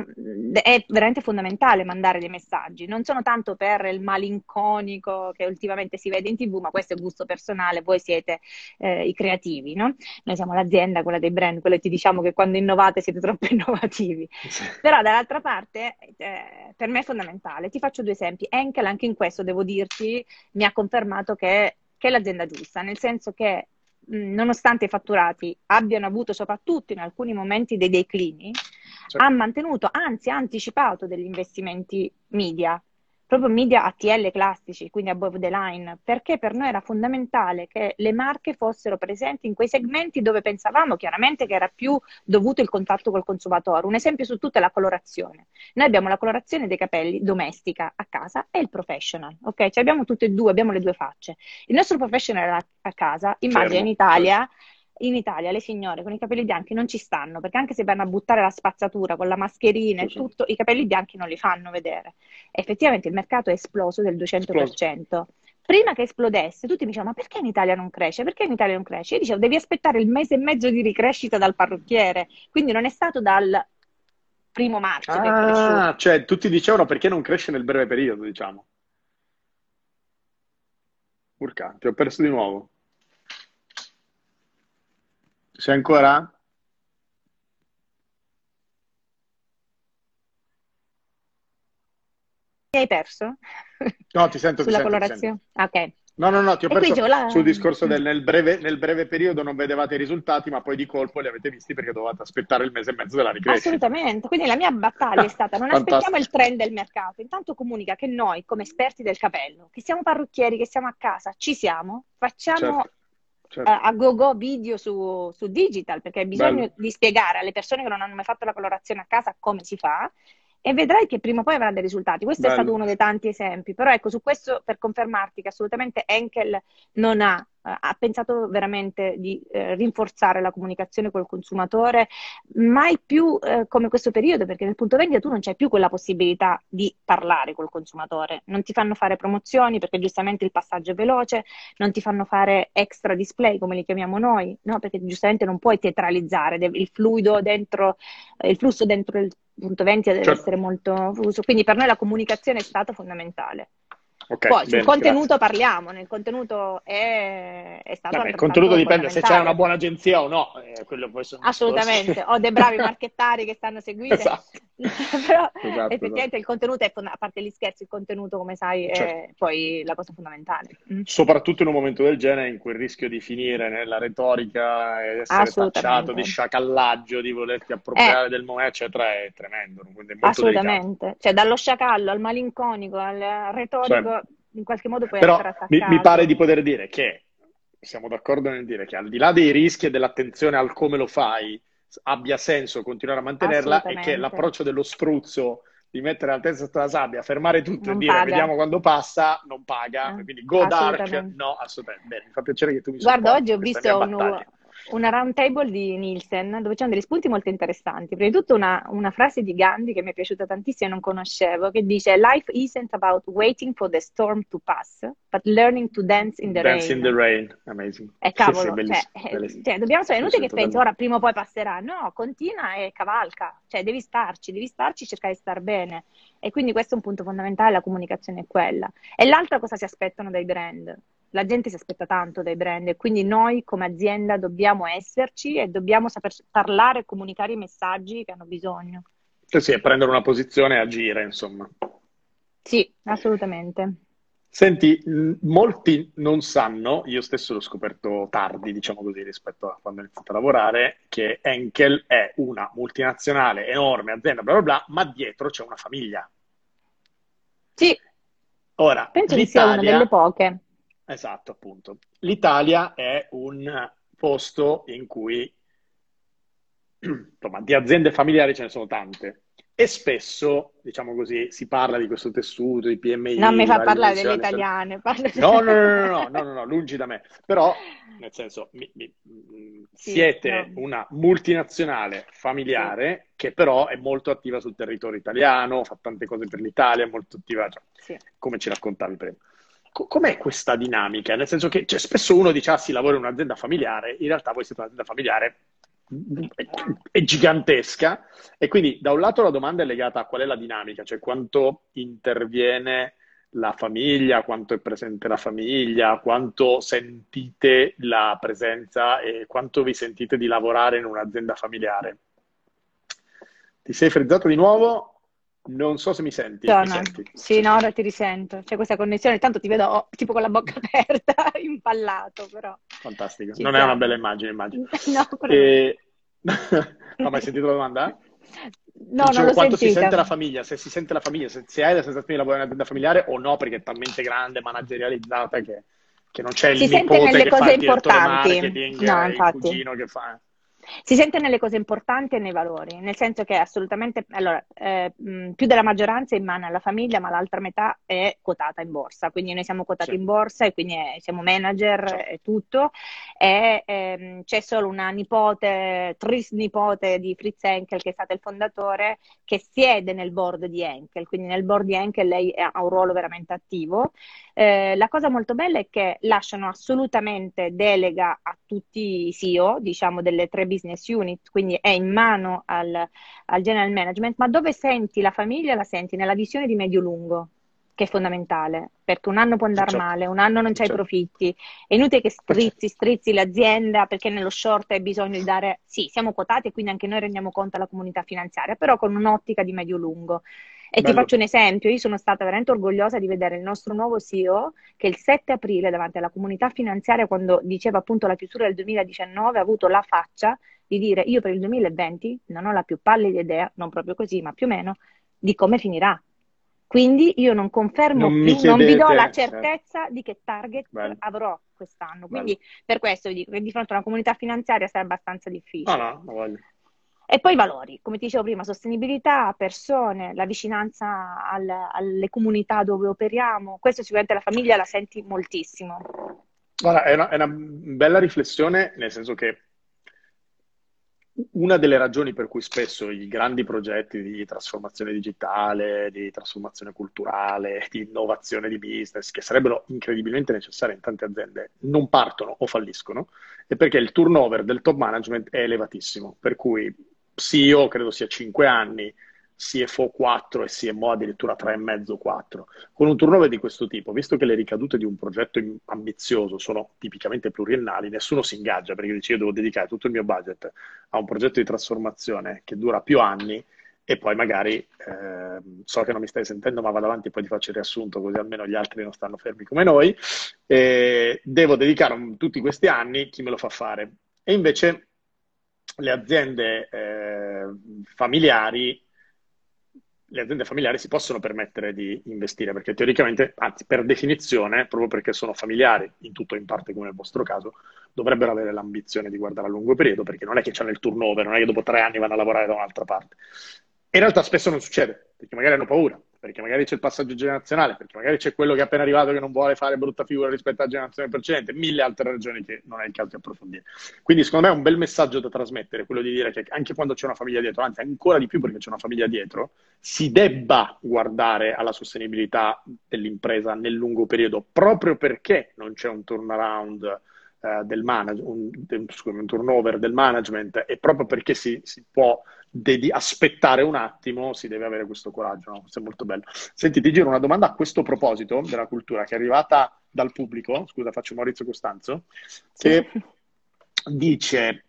è veramente fondamentale mandare dei messaggi, non sono tanto per il malinconico che ultimamente si vede in TV, ma questo è gusto personale, voi siete i creativi, no? Noi siamo l'azienda, quella dei brand, quello che ti diciamo che quando innovate siete troppo innovativi. sì. Però dall'altra parte per me è fondamentale. Ti faccio due esempi. Enkel, anche in questo devo dirti, mi ha confermato che è l'azienda giusta, nel senso che nonostante i fatturati abbiano avuto soprattutto in alcuni momenti dei declini, Sì. ha mantenuto, anzi ha anticipato degli investimenti media, proprio media ATL classici, quindi above the line, perché per noi era fondamentale che le marche fossero presenti in quei segmenti dove pensavamo chiaramente che era più dovuto il contatto col consumatore. Un esempio su tutto è la colorazione. Noi abbiamo la colorazione dei capelli domestica a casa e il professional, ok? Cioè abbiamo tutte e due, abbiamo le due facce. Il nostro professional a casa, immagina Fermo, certo. in Italia le signore con i capelli bianchi non ci stanno, perché anche se vanno a buttare la spazzatura con la mascherina Sì, e sì. tutto, i capelli bianchi non li fanno vedere. Effettivamente il mercato è esploso del Esploso. 200%. Prima che esplodesse, tutti mi dicevano: ma perché in Italia non cresce? Perché in Italia non cresce? Io dicevo: devi aspettare il mese e mezzo di ricrescita dal parrucchiere. Quindi non è stato dal 1° marzo che è cresciuto. Ah, cioè tutti dicevano perché non cresce nel breve periodo, diciamo. Urca, ti ho perso di nuovo. Ci sei ancora? Mi hai perso? No, ti sento, ti Sulla sento, ti sento. colorazione? Ok. No, ti ho E qui perso dicevo, sul discorso del nel breve periodo non vedevate i risultati, ma poi di colpo li avete visti perché dovevate aspettare il mese e mezzo della ricrescita. assolutamente. Quindi la mia battaglia è stata: non aspettiamo il Fantastico. trend del mercato, intanto comunica che noi, come esperti del capello, che siamo parrucchieri, che siamo a casa, ci siamo, facciamo Certo, certo. a go-go video su digital, perché hai bisogno Bello. di spiegare alle persone che non hanno mai fatto la colorazione a casa come si fa, e vedrai che prima o poi avrà dei risultati. Questo è stato Bello. uno dei tanti esempi, però ecco, su questo per confermarti che assolutamente Henkel non ha pensato veramente di rinforzare la comunicazione col consumatore, mai più come questo periodo, perché nel punto vendita tu non c'hai più quella possibilità di parlare col consumatore, non ti fanno fare promozioni perché giustamente il passaggio è veloce, non ti fanno fare extra display come li chiamiamo noi, no? Perché giustamente non puoi teatralizzare, il fluido dentro, il flusso dentro il punto vendita deve Certo. essere molto fluso, quindi per noi la comunicazione è stata fondamentale. Ok, Poi sul bene, contenuto grazie. parliamo, nel contenuto è stato Vabbè, il contenuto altrettanto dipende se c'è una fondamentale. buona agenzia o no, quello poi sono discorsi. Assolutamente, ho dei bravi marchettari che sanno seguire, Esatto, però esatto. effettivamente il contenuto è a parte gli scherzi, il contenuto, come sai, Certo. è poi la cosa fondamentale. Soprattutto in un momento del genere in cui il rischio di finire nella retorica e essere tacciato di Assolutamente. sciacallaggio, di volerti Eh, appropriare del momento, eccetera, è tremendo, quindi è molto delicato. assolutamente. Cioè, dallo sciacallo al malinconico al Sì. retorico, in qualche modo puoi Però essere mi pare di attaccato. poter dire che siamo d'accordo nel dire che al di là dei rischi e dell'attenzione al come lo fai, abbia senso continuare a mantenerla e che Assolutamente. l'approccio dello struzzo di mettere la testa sotto la sabbia, fermare tutto e Non dire paga. vediamo quando passa, non paga. Quindi go dark, Assolutamente. no, assolutamente. Bene, mi fa piacere che tu mi Guarda, supporti oggi in ho questa mia visto battaglia. una round table di Nielsen dove c'erano degli spunti molto interessanti. Prima di tutto una frase di Gandhi che mi è piaciuta tantissimo e non conoscevo, che dice: Life isn't about waiting for the storm to pass, but learning to dance in the Dance in the rain. Rain, amazing. E Sì, cavolo, cioè, bellissimo, bellissimo. dobbiamo sapere, è Sì, inutile sì, che pensi totalmente. ora prima o poi passerà, no, continua e cavalca, cioè devi starci, cercare di star bene. E quindi questo è un punto fondamentale, la comunicazione è quella. E l'altra cosa si aspettano dai brand. La gente si aspetta tanto dai brand e quindi noi come azienda dobbiamo esserci e dobbiamo saper parlare e comunicare i messaggi che hanno bisogno. Sì, sì, è prendere una posizione e agire, insomma. Sì, assolutamente. Senti, molti non sanno, io stesso l'ho scoperto tardi, diciamo così, rispetto a quando ho iniziato a lavorare, che Henkel è una multinazionale, enorme azienda, bla bla bla, ma dietro c'è una famiglia. Sì, Ora, penso che sia una delle l'Italia, poche. esatto, appunto, l'Italia è un posto in cui insomma, di aziende familiari ce ne sono tante e spesso, diciamo così, si parla di questo tessuto, di Non PMI, mi di fa varie parlare delle dimensioni. italiane, No, no, no, no, no, no, no, no, lungi da me. Però, nel senso, Sì, siete no, una multinazionale sì, familiare che però è molto attiva sul territorio italiano, fa tante cose per l'Italia, è molto attiva, cioè, sì. come ci raccontavi prima. Com'è questa dinamica? Nel senso che cioè, spesso uno dice, ah, sì, lavoro in un'azienda familiare, in realtà voi siete un'azienda familiare è gigantesca e quindi da un lato la domanda è legata a qual è la dinamica, cioè quanto interviene la famiglia, quanto è presente la famiglia, quanto sentite la presenza e quanto vi sentite di lavorare in un'azienda familiare. Ti sei frizzato di nuovo? Non so se mi senti. Mi Sono. senti? Sì, Sì. no, ora ti risento. C'è questa connessione, tanto ti vedo tipo con la bocca aperta, impallato, però Fantastico. ci Non è una bella siamo. immagine, immagino. No, però no. E... No, ma hai sentito la domanda? Ti No, non dicevo l'ho quanto si sentita. sente la famiglia, se si sente la famiglia, se hai la sensazione di lavorare in un'azienda familiare o no, perché è talmente grande, managerializzata che non c'è il Si sente nipote nelle che fa cose il direttore importanti. marketing No, e il infatti. cugino che fa... Si sente nelle cose importanti e nei valori, nel senso che assolutamente, allora, più della maggioranza è in mano alla famiglia, ma l'altra metà è quotata in borsa, quindi noi siamo Sì, quotati in borsa e quindi siamo manager certo, e tutto, e c'è solo una nipote, trisnipote di Fritz Henkel, che è stato il fondatore, che siede nel board di Henkel, quindi nel board di Henkel lei ha un ruolo veramente attivo. La cosa molto bella è che lasciano assolutamente delega a tutti i CEO, diciamo, delle tre business unit, quindi è in mano al general management, ma dove senti la famiglia la senti nella visione di medio-lungo. che è fondamentale, perché un anno può andare Certo, male, un anno non c'hai certo. profitti, è inutile che Certo. strizzi l'azienda perché nello short hai bisogno di dare, sì, siamo quotati e quindi anche noi rendiamo conto alla comunità finanziaria, però con un'ottica di medio-lungo. E ti faccio Bello. un esempio, io sono stata veramente orgogliosa di vedere il nostro nuovo CEO che il 7 aprile davanti alla comunità finanziaria, quando diceva appunto la chiusura del 2019, ha avuto la faccia di dire io per il 2020 non ho la più pallida idea, non proprio così, ma più o meno, di come finirà. Quindi io non Non confermo mi più, non vi do la chiedete, certezza di che target bello, avrò quest'anno. bello. Quindi per questo vi dico che di fronte a una comunità finanziaria sarà abbastanza No, difficile. no, no, voglio. E poi i valori, come ti dicevo prima, sostenibilità, persone, la vicinanza alle comunità dove operiamo. Questo sicuramente la famiglia la senti moltissimo. Guarda, è una bella riflessione, nel senso che una delle ragioni per cui spesso i grandi progetti di trasformazione digitale, di trasformazione culturale, di innovazione di business, che sarebbero incredibilmente necessari in tante aziende, non partono o falliscono, è perché il turnover del top management è elevatissimo. Per cui CEO credo sia 5 anni, CFO 4 e CMO addirittura 3,5, 4. Con un turnover di questo tipo, visto che le ricadute di un progetto ambizioso sono tipicamente pluriennali, nessuno si ingaggia perché dice io devo dedicare tutto il mio budget a un progetto di trasformazione che dura più anni e poi magari, so che non mi stai sentendo, ma vado avanti e poi ti faccio il riassunto così almeno gli altri non stanno fermi come noi, devo dedicare tutti questi anni, chi me lo fa fare? E invece le aziende familiari le aziende familiari si possono permettere di investire perché teoricamente, anzi per definizione, proprio perché sono familiari, in tutto o in parte come nel vostro caso, dovrebbero avere l'ambizione di guardare a lungo periodo perché non è che c'hanno il turnover, non è che dopo 3 anni vanno a lavorare da un'altra parte. In realtà spesso non succede, perché magari hanno paura, perché magari c'è il passaggio generazionale, perché magari c'è quello che è appena arrivato che non vuole fare brutta figura rispetto alla generazione precedente, mille altre ragioni che non è il caso di approfondire. Quindi secondo me è un bel messaggio da trasmettere, quello di dire che anche quando c'è una famiglia dietro, anzi ancora di più perché c'è una famiglia dietro, si debba guardare alla sostenibilità dell'impresa nel lungo periodo, proprio perché non c'è un turnaround un turnover del management e proprio perché si può aspettare un attimo, si deve avere questo coraggio, no? Questo è molto bello. Senti, ti giro una domanda a questo proposito della cultura che è arrivata dal pubblico, scusa, faccio Maurizio Costanzo, Sì. che dice,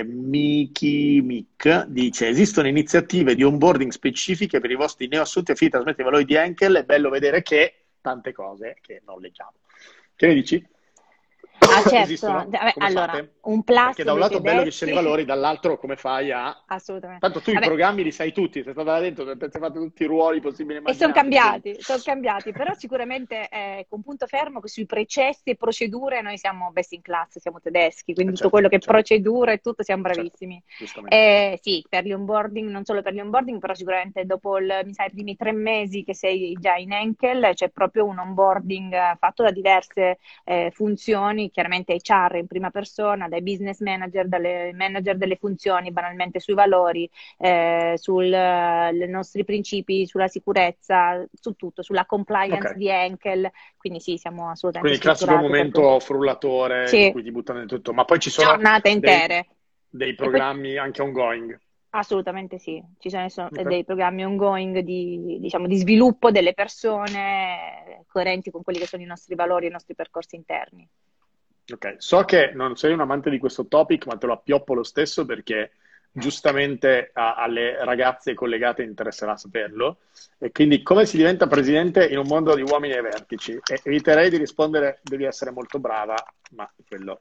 Miki Mick, dice, esistono iniziative di onboarding specifiche per i vostri neoassunti e figli di trasmettere i valori di Henkel, è bello vedere che tante cose che non leggiamo. Che ne dici? Ah, certo. Esistono? Vabbè, Come allora, fate? un plus Perché da un dei lato è bello che ci siano i tedeschi, valori, dall'altro come fai a... assolutamente. Tanto tu i Vabbè, programmi li sai tutti, sei stata là dentro, ti hai fatto tutti i ruoli possibili e e immaginabili. sono cambiati, però sicuramente con punto fermo che sui processi e procedure noi siamo best in class, siamo tedeschi, quindi tutto Certo, quello che è certo, procedure e tutto siamo certo, bravissimi. giustamente. Sì, per gli onboarding, non solo per gli onboarding, però sicuramente dopo mi sa, i primi 3 mesi che sei già in Enkel c'è proprio un onboarding fatto da diverse funzioni, chiaramente HR in prima persona, dai business manager, dalle manager delle funzioni, banalmente sui valori, sui nostri principi, sulla sicurezza, su tutto, sulla Ok, compliance di Enkel, quindi sì, siamo assolutamente quindi il classico strutturati per momento questo. frullatore in Sì, cui ti buttano in tutto, ma poi ci sono giornate dei, intere. dei E poi programmi anche ongoing. assolutamente sì, ci sono Ok. dei programmi ongoing diciamo, di sviluppo delle persone coerenti con quelli che sono i nostri valori e i nostri percorsi interni. Ok, so che non sei un amante di questo topic, ma te lo appioppo lo stesso perché giustamente alle ragazze collegate interesserà saperlo. E quindi come si diventa presidente in un mondo di uomini ai vertici? E eviterei di rispondere, devi essere molto brava, ma quello...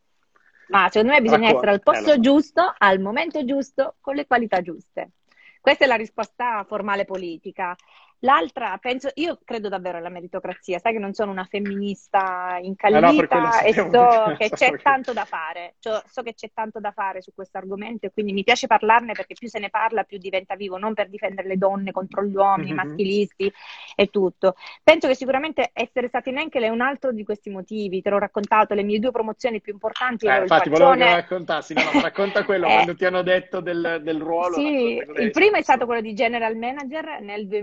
Ma secondo me bisogna essere Racconta. al Lo posto so. giusto, al momento giusto, con le qualità giuste. Questa è la risposta formale politica. L'altra, penso, io credo davvero alla meritocrazia, sai che non sono una femminista No, per quello incallita e sapevo so perché... che c'è tanto da fare, cioè, so che c'è tanto da fare su questo argomento e quindi mi piace parlarne perché più se ne parla più diventa vivo, non per difendere le donne contro gli uomini, i Mhm. maschilisti e tutto. Penso che sicuramente essere stata in Henkel è un altro di questi motivi, te l'ho raccontato, le mie 2 promozioni più importanti, ero il Infatti, volevo che me lo faccione. raccontassi. No, no, ma racconta quello. Eh, Quando ti hanno detto del ruolo, sì, racconta cosa il hai primo è stato espresso. quello di General Manager nel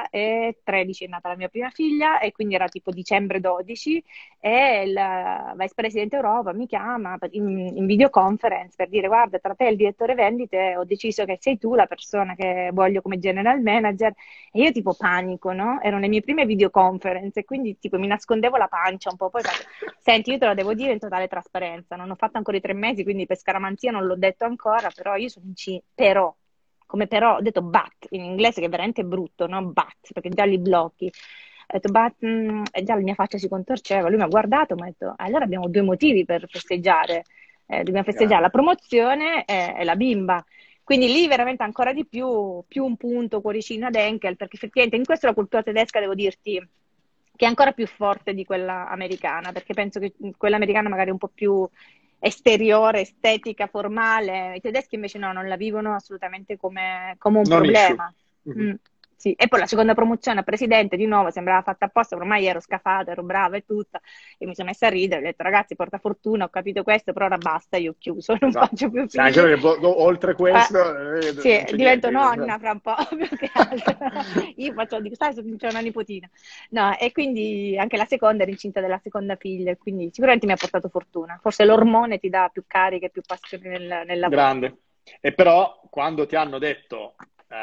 2013 è nata la mia prima figlia e quindi era tipo dicembre 12 e il vice presidente Europa mi chiama in videoconference per dire guarda, tra te e il direttore vendite ho deciso che sei tu la persona che voglio come general manager e io tipo panico, no? Erano le mie prime videoconference e quindi tipo mi nascondevo la pancia un po', poi senti, io te lo devo dire in totale trasparenza, non ho fatto ancora i 3 mesi, quindi per scaramanzia non l'ho detto ancora, però io sono incinta, però, come però, ho detto but in inglese che è veramente brutto, no? But, perché già li blocchi. Ho detto but, e già la mia faccia si contorceva, lui mi ha guardato, mi ha detto, allora abbiamo 2 motivi per festeggiare, dobbiamo festeggiare la Grande. promozione e la bimba. Quindi lì veramente ancora di più un punto cuoricino ad Henkel, perché effettivamente in questo la cultura tedesca, devo dirti, che è ancora più forte di quella americana, perché penso che quella americana magari è un po' più esteriore, estetica, formale, i tedeschi invece no, non la vivono assolutamente come un Non issue. problema. Mhm. Mm, sì. E poi la seconda promozione a presidente, di nuovo, sembrava fatta apposta, ormai ero scafata, ero brava e tutta, e mi sono messa a ridere, ho detto ragazzi, porta fortuna, ho capito questo, però ora basta, io ho chiuso, non Esatto. faccio più Sì, anche figli. perché oltre questo Sì, non c'è divento niente. nonna fra un po', più che altro. Io faccio, dico, sai, c'è una nipotina. No, e quindi anche la seconda era incinta della seconda figlia, e quindi sicuramente mi ha portato fortuna. Forse l'ormone ti dà più carica e più passione nel lavoro. Grande. E però quando ti hanno detto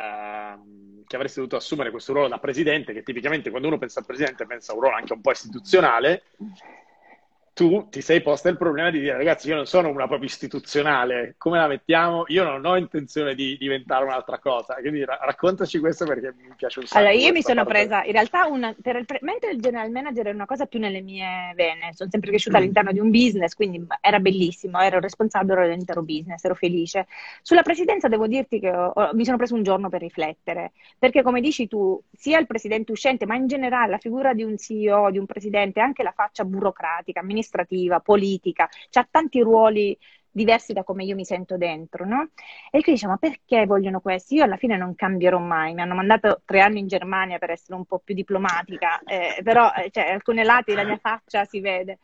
che avresti dovuto assumere questo ruolo da presidente, che tipicamente quando uno pensa al presidente pensa a un ruolo anche un po' istituzionale, tu ti sei posta il problema di dire ragazzi, io non sono una proprio istituzionale, come la mettiamo? Io non ho intenzione di diventare un'altra cosa. Quindi raccontaci questo perché mi piace un Allora, sacco io mi questa sono parte. presa, in realtà, mentre il general manager è una cosa più nelle mie vene, sono sempre cresciuta Mm. all'interno di un business, quindi era bellissimo, ero responsabile dell'intero business, ero felice. Sulla presidenza devo dirti che mi sono preso un giorno per riflettere, perché come dici tu, sia il presidente uscente, ma in generale la figura di un CEO, di un presidente, anche la faccia burocratica, amministrativa, politica, c'ha tanti ruoli diversi da come io mi sento dentro, no? E qui diciamo, ma perché vogliono questo? Io alla fine non cambierò mai, mi hanno mandato 3 anni in Germania per essere un po' più diplomatica, però cioè, alcuni lati la mia faccia si vede.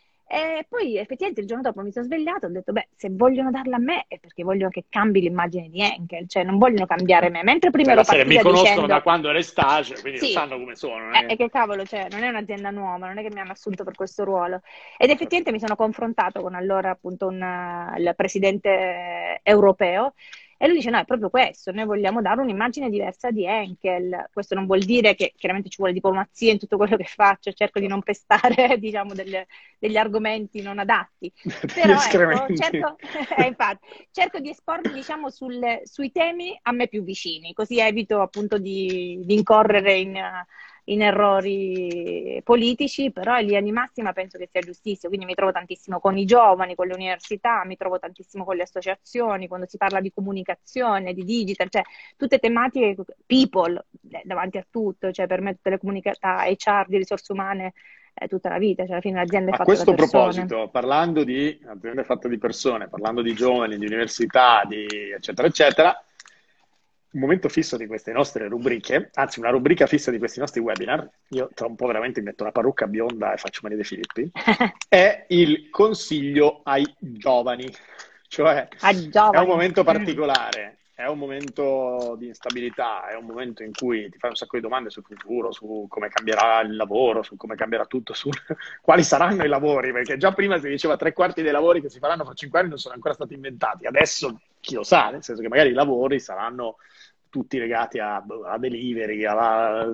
E poi effettivamente il giorno dopo mi sono svegliata e ho detto, beh, se vogliono darla a me è perché vogliono che cambi l'immagine di Henkel, cioè non vogliono cambiare me. Mentre prima Cioè, la ero serie mi partita conoscono da dicendo, quando ero stage, quindi lo sì, sanno come sono. Non è... che cavolo, cioè, non è un'azienda nuova, non è che mi hanno assunto per questo ruolo. Ed Certo. effettivamente mi sono confrontato con allora appunto il presidente europeo e lui dice: No, è proprio questo, noi vogliamo dare un'immagine diversa di Henkel. Questo non vuol dire che chiaramente ci vuole diplomazia in tutto quello che faccio, cerco di non Certo. pestare, diciamo, degli argomenti non adatti. Gli Però ecco, escrementi. infatti, cerco di espormi, diciamo, sui temi a me più vicini, così evito appunto di incorrere in errori politici, però in linea di massima penso che sia giustissimo, quindi mi trovo tantissimo con i giovani, con le università, mi trovo tantissimo con le associazioni, quando si parla di comunicazione, di digital, cioè tutte tematiche, people, davanti a tutto, cioè per me tutte le comunità, HR, di risorse umane, tutta la vita, cioè alla fine l'azienda è A fatta da questo persone. proposito, parlando di aziende fatte di persone, parlando di giovani, di università, di eccetera, eccetera, un momento fisso di queste nostre rubriche, anzi una rubrica fissa di questi nostri webinar, io tra un po' veramente mi metto una parrucca bionda e faccio Maria De Filippi, è il consiglio ai giovani. Cioè, A è un giovani. momento Mm. particolare, è un momento di instabilità, è un momento in cui ti fai un sacco di domande sul futuro, su come cambierà il lavoro, su come cambierà tutto, su quali saranno i lavori, perché già prima si diceva 3 quarti dei lavori che si faranno fra 5 anni non sono ancora stati inventati, adesso chi lo sa, nel senso che magari i lavori saranno tutti legati a delivery, a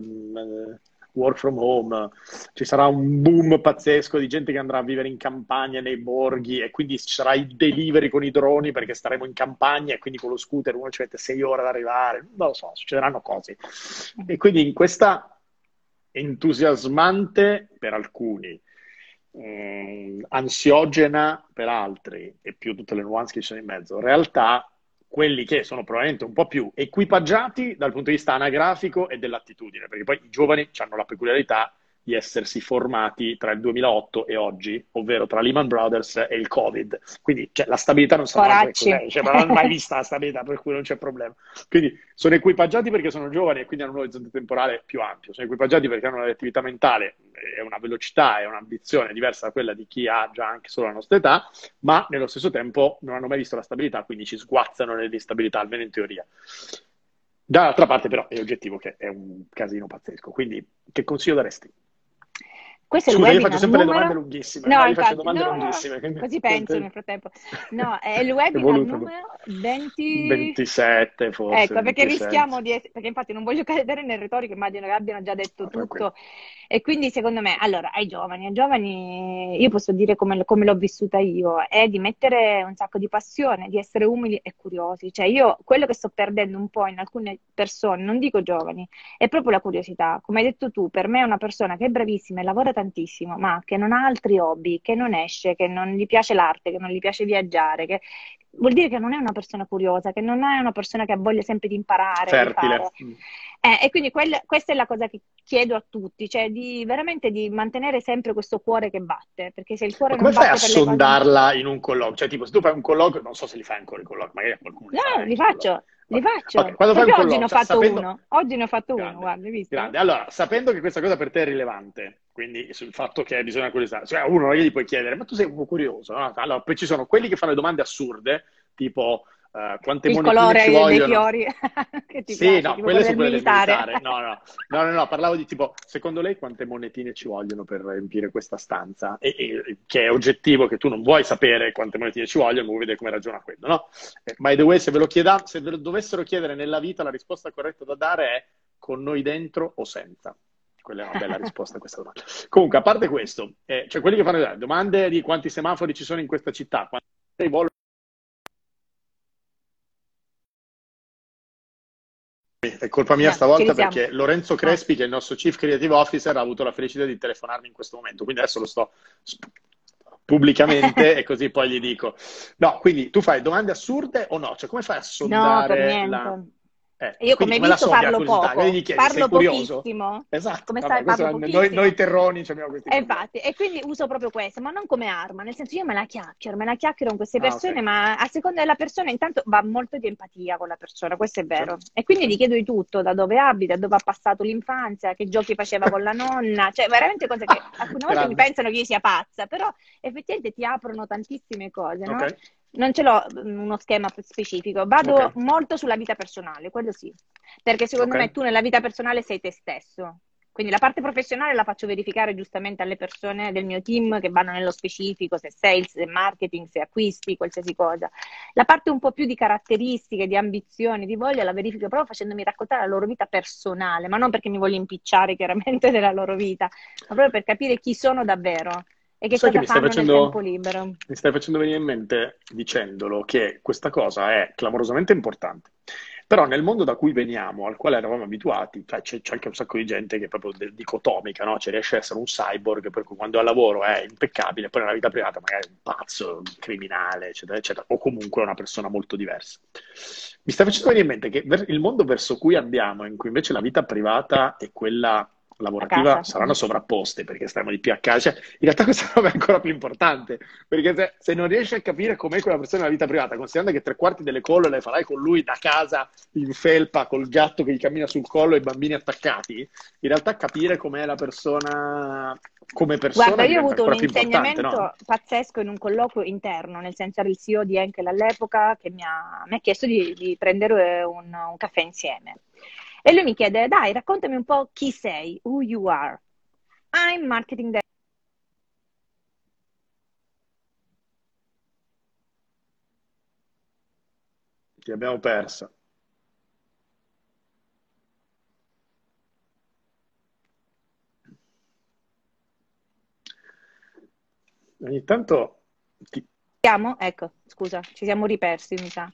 work from home, ci sarà un boom pazzesco di gente che andrà a vivere in campagna, nei borghi, e quindi ci sarà il delivery con i droni perché staremo in campagna e quindi con lo scooter uno ci mette 6 ore ad arrivare, non lo so, succederanno cose. E quindi in questa entusiasmante per alcuni, ansiogena per altri e più tutte le nuance che ci sono in mezzo, realtà quelli che sono probabilmente un po' più equipaggiati dal punto di vista anagrafico e dell'attitudine, perché poi i giovani hanno la peculiarità di essersi formati tra il 2008 e oggi, ovvero tra Lehman Brothers e il Covid. Quindi cioè, la stabilità non sanno manco che Poracci. cos'è, cioè, ma non hanno mai vista la stabilità, per cui non c'è problema. Quindi sono equipaggiati perché sono giovani e quindi hanno un orizzonte temporale più ampio, sono equipaggiati perché hanno un'attività mentale e una velocità e un'ambizione diversa da quella di chi ha già anche solo la nostra età, ma nello stesso tempo non hanno mai visto la stabilità, quindi ci sguazzano nell'instabilità, almeno in teoria. Dall'altra parte però è oggettivo che è un casino pazzesco, quindi che consiglio daresti? Questo è il Scusa, io faccio webinar sempre le domande numero... lunghissime, No, no? Io faccio infatti, domande no, lunghissime, quindi così penso nel frattempo. No, è il è webinar voluto. numero 20... 27 forse, Ecco, perché 27. rischiamo di... Perché infatti non voglio cadere nel retorico, immagino che abbiano già detto No, tranquillo. tutto. E quindi secondo me, allora, ai giovani, io posso dire come l'ho vissuta io, è di mettere un sacco di passione, di essere umili e curiosi. Cioè io, quello che sto perdendo un po' in alcune persone, non dico giovani, è proprio la curiosità. Come hai detto tu, per me è una persona che è bravissima e lavora tantissimo, ma che non ha altri hobby, che non esce, che non gli piace l'arte, che non gli piace viaggiare, che vuol dire che non è una persona curiosa, che non è una persona che ha voglia sempre di imparare, di Fertile. fare. E quindi questa è la cosa che chiedo a tutti, cioè di veramente di mantenere sempre questo cuore che batte, perché se il Ma cuore come non fai a batte per le cose... sondarla in un colloquio? Cioè, tipo, se tu fai un colloquio, non so se li fai ancora i colloqui, magari a qualcuno li No, farai anche i colloqui. li Ok, ok, faccio. quando fai un Proprio oggi ne colloquio, ho fatto sapendo... uno. Oggi ne ho fatto uno, Grande, guarda, hai visto? grande. Allora, sapendo che questa cosa per te è rilevante, quindi sul fatto che bisogna curiosità, cioè uno non gli puoi chiedere, ma tu sei un po' curioso, no? Allora, poi ci sono quelli che fanno le domande assurde, tipo, quante Il monetine ci colore dei vogliono? fiori che ti Sì, piace, no, tipo quelle quello sono del quelle del militare. militare. No, parlavo di tipo, secondo lei quante monetine ci vogliono per riempire questa stanza? Che è oggettivo che tu non vuoi sapere quante monetine ci vogliono, ma vuoi vedere come ragiona quello, no? By the way, se ve lo dovessero chiedere nella vita, la risposta corretta da dare è con noi dentro o senza. Quella è una bella risposta a questa domanda. Comunque, a parte questo, cioè quelli che fanno le domande di quanti semafori ci sono in questa città, quanti voli. È colpa mia Ci stavolta risiamo. perché Lorenzo Ah. Crespi, che è il nostro Chief Creative Officer, ha avuto la felicità di telefonarmi in questo momento, quindi adesso lo sto pubblicamente e così poi gli dico. No, quindi tu fai domande assurde o no? Cioè come fai a No, per sondare la... niente. E Io, quindi come hai come la visto, sondi la parlo curiosità? Quindi poco, gli chiedi, sei parlo curioso? pochissimo. Esatto, Come vabbè, sai, parlo noi pochissimo. terroni abbiamo questi E problemi. infatti, e quindi uso proprio questo, ma non come arma, nel senso io me la chiacchiero con queste Ah, ok. persone, ma a seconda della persona intanto va molto di empatia con la persona, questo è vero. Certo, E quindi gli certo. chiedo di tutto, da dove abita, dove ha passato l'infanzia, che giochi faceva con la nonna, cioè veramente cose che alcune volte mi Grande. pensano che io sia pazza, però effettivamente ti aprono tantissime cose, Ok, no? Non ce l'ho uno schema specifico, ok, vado molto sulla vita personale, quello sì, perché secondo ok. me tu nella vita personale sei te stesso. Quindi la parte professionale la faccio verificare giustamente alle persone del mio team che vanno nello specifico, se sales, se marketing, se acquisti, qualsiasi cosa. La parte un po' più di caratteristiche, di ambizioni, di voglia la verifico proprio facendomi raccontare la loro vita personale, ma non perché mi voglio impicciare chiaramente della loro vita, ma proprio per capire chi sono davvero e che Sai che cosa fanno nel tempo libero. mi stai facendo venire in mente dicendolo che questa cosa è clamorosamente importante. Però nel mondo da cui veniamo, al quale eravamo abituati, cioè, c'è anche un sacco di gente che è proprio dicotomica, no? Cioè riesce a essere un cyborg, per cui quando è al lavoro è impeccabile, poi nella vita privata magari è un pazzo, un criminale, eccetera, eccetera, o comunque una persona molto diversa. Mi stai facendo venire in mente che il mondo verso cui andiamo, in cui invece la vita privata e quella A lavorativa casa. saranno sovrapposte perché stiamo di più a casa. Cioè, in realtà questa roba è ancora più importante perché se non riesci a capire com'è quella persona nella vita privata, considerando che tre quarti delle call le farai con lui da casa in felpa, col gatto che gli cammina sul collo e i bambini attaccati, in realtà capire com'è la persona come Guarda, persona io ho diventa avuto un ancora più importante, no? insegnamento pazzesco in un colloquio interno, nel senso era il CEO di Henkel all'epoca che mi ha chiesto di prendere un caffè insieme. E lui mi chiede, dai, raccontami un po' chi sei, who you are. I'm marketing director. Ti abbiamo persa. Ogni tanto Siamo? Ecco, scusa, ci siamo ripersi, mi sa.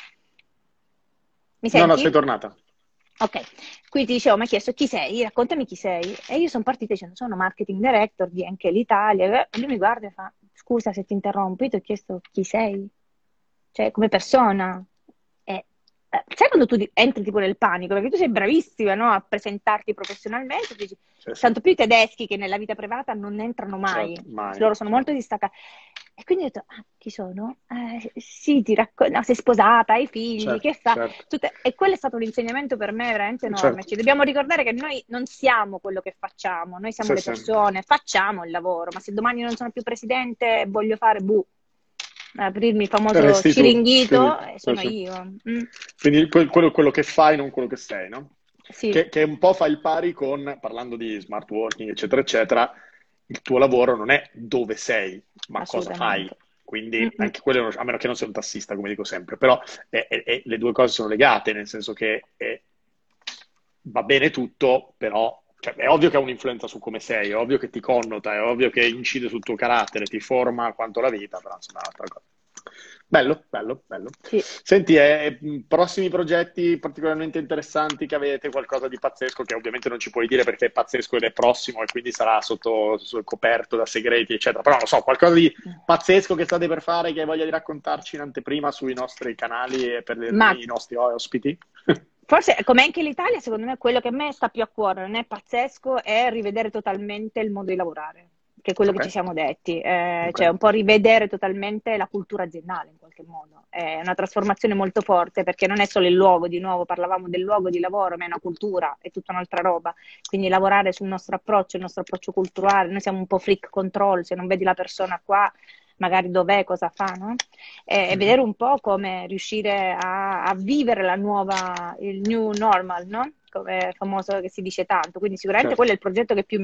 Mi No, no, sei senti? tornata. Ok, qui ti dicevo, mi ha chiesto chi sei, raccontami chi sei. E io sono partita dicendo, sono marketing director di Henkel Italia. E lui mi guarda e fa, scusa se ti interrompo, io ti ho chiesto chi sei, cioè come persona. Sai quando tu entri tipo nel panico, perché tu sei bravissima, no, a presentarti professionalmente, dici, Sì, sì, tanto più i tedeschi che nella vita privata non entrano mai, certo, mai, loro sono molto certo. distaccati. E quindi ho detto, ah, chi sono? Sì, ti racconto, no, sei sposata, hai figli, Certo, che fa? certo, E quello è stato un insegnamento per me veramente enorme. certo. Ci dobbiamo ricordare che noi non siamo quello che facciamo, noi siamo Sì, le sì. persone, facciamo il lavoro, ma se domani non sono più presidente e voglio fare, buh. aprirmi il famoso Saresti tu, Ciringhito, sono sì. io. Quindi quello che fai, non quello che sei, no? Sì, Che un po' fa il pari con, parlando di smart working, eccetera, eccetera, il tuo lavoro non è dove sei, ma cosa fai. assolutamente. Mm, Quindi mm. anche quello, a meno che non sia un tassista, come dico sempre, però le due cose sono legate, nel senso che va bene tutto, però cioè, è ovvio che ha un'influenza su come sei, è ovvio che ti connota, è ovvio che incide sul tuo carattere, ti forma quanto la vita, però insomma è un'altra cosa. Bello, bello, bello. Sì. Senti, prossimi progetti particolarmente interessanti che avete, qualcosa di pazzesco che ovviamente non ci puoi dire perché è pazzesco ed è prossimo e quindi sarà sotto coperto da segreti, eccetera. Però non lo so, qualcosa di pazzesco che state per fare che hai voglia di raccontarci in anteprima sui nostri canali e per Ma i nostri ospiti? forse, come anche l'Italia, secondo me, quello che a me sta più a cuore, non è pazzesco, è rivedere totalmente il modo di lavorare, che è quello che Ok, ci siamo detti, ok. cioè un po' rivedere totalmente la cultura aziendale in qualche modo. È una trasformazione molto forte perché non è solo il luogo, di nuovo parlavamo del luogo di lavoro, ma è una cultura, è tutta un'altra roba. Quindi lavorare sul nostro approccio, il nostro approccio culturale, noi siamo un po' freak control, se non vedi la persona qua, magari dov'è, cosa fa, no? E Mhm. vedere un po' come riuscire a vivere il new normal, no? Come è famoso che si dice tanto. Quindi sicuramente quello Certo. è il progetto che più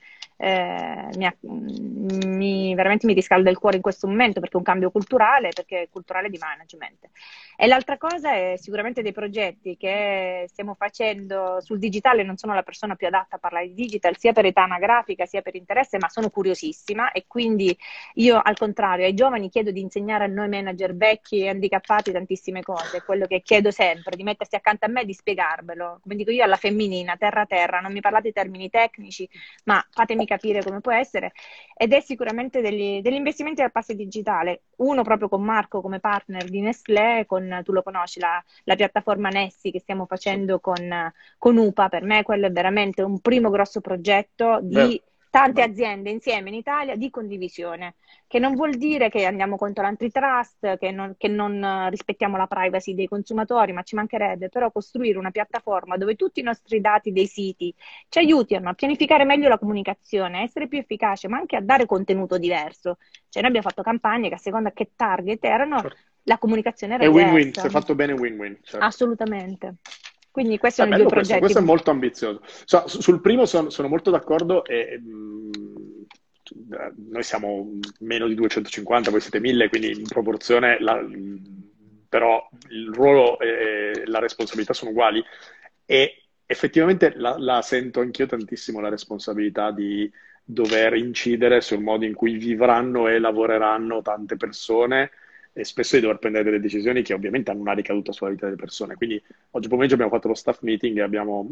veramente mi riscalda il cuore in questo momento, perché è un cambio culturale, perché è culturale di management. E l'altra cosa è sicuramente dei progetti che stiamo facendo sul digitale. Non sono la persona più adatta a parlare di digital, sia per età anagrafica, sia per interesse, ma sono curiosissima e quindi io, al contrario, ai giovani chiedo di insegnare a noi manager vecchi e handicappati tantissime cose, quello che chiedo sempre, di mettersi accanto a me e di spiegarvelo. Come dico io alla femminina, terra a terra, non mi parlate di termini tecnici, ma fatemi capire come può essere. Ed è sicuramente degli investimenti al passo digitale. Uno proprio con Marco come partner di Nestlé, tu lo conosci, la piattaforma Nessi che stiamo Sì. facendo con UPA. Per me quello è veramente un primo grosso progetto Vero, di tante vero. aziende insieme in Italia di condivisione, che non vuol dire che andiamo contro l'antitrust, che non rispettiamo la privacy dei consumatori, ma ci mancherebbe, però costruire una piattaforma dove tutti i nostri dati dei siti ci aiutano a pianificare meglio la comunicazione, a essere più efficace, ma anche a dare contenuto diverso. Cioè noi abbiamo fatto campagne che a seconda che target erano, Certo. la comunicazione era È win-win, diversa. se fatto bene è win-win, certo. Assolutamente. Quindi questi È sono i due bello questo, progetti. questo è molto ambizioso. Sul primo sono molto d'accordo noi siamo meno di 250, voi siete 1000, quindi in proporzione, però il ruolo e la responsabilità sono uguali e effettivamente la sento anch'io tantissimo la responsabilità di dover incidere sul modo in cui vivranno e lavoreranno tante persone e spesso di dover prendere delle decisioni che ovviamente hanno una ricaduta sulla vita delle persone. Quindi oggi pomeriggio abbiamo fatto lo staff meeting e abbiamo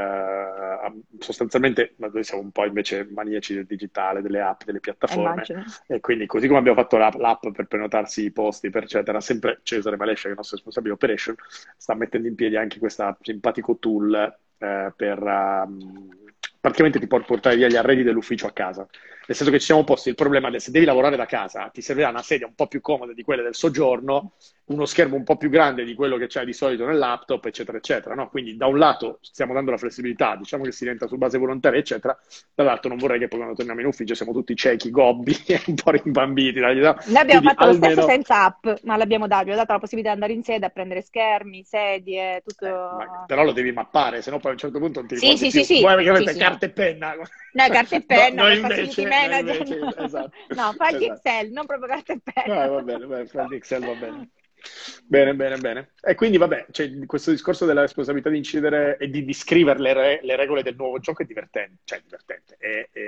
sostanzialmente, noi siamo un po' invece maniaci del digitale, delle app, delle piattaforme, Immagino. e quindi così come abbiamo fatto l'app per prenotarsi i posti, per eccetera, sempre Cesare Malescia, che è il nostro responsabile operation, sta mettendo in piedi anche questo simpatico tool per praticamente ti può portare via gli arredi dell'ufficio a casa. Nel senso che ci siamo posti il problema se devi lavorare da casa, ti servirà una sedia un po' più comoda di quelle del soggiorno, uno schermo un po' più grande di quello che c'è di solito nel laptop, eccetera, eccetera. No? Quindi da un lato stiamo dando la flessibilità, diciamo che si rientra su base volontaria, eccetera, dall'altro non vorrei che poi quando torniamo in ufficio siamo tutti ciechi, gobbi e un po' rimbambiti. Noi abbiamo Quindi fatto lo stesso almeno... senza app, ma abbiamo dato la possibilità di andare in sede a prendere schermi, sedie, tutto. Però lo devi mappare, se no poi a un certo punto non ti Sì, ricordi sì, sì, più. sì, Voi che sì, avete sì, no. carta e penna. No, carta e No, penna per facility noi manager, invece, no. esatto, No, fagli esatto. Excel, non proprio carta e No, penna. va bene, fra di Excel va bene. Bene, bene, bene. E quindi, vabbè, questo discorso della responsabilità di incidere e di scrivere le regole del nuovo gioco è divertente, cioè divertente,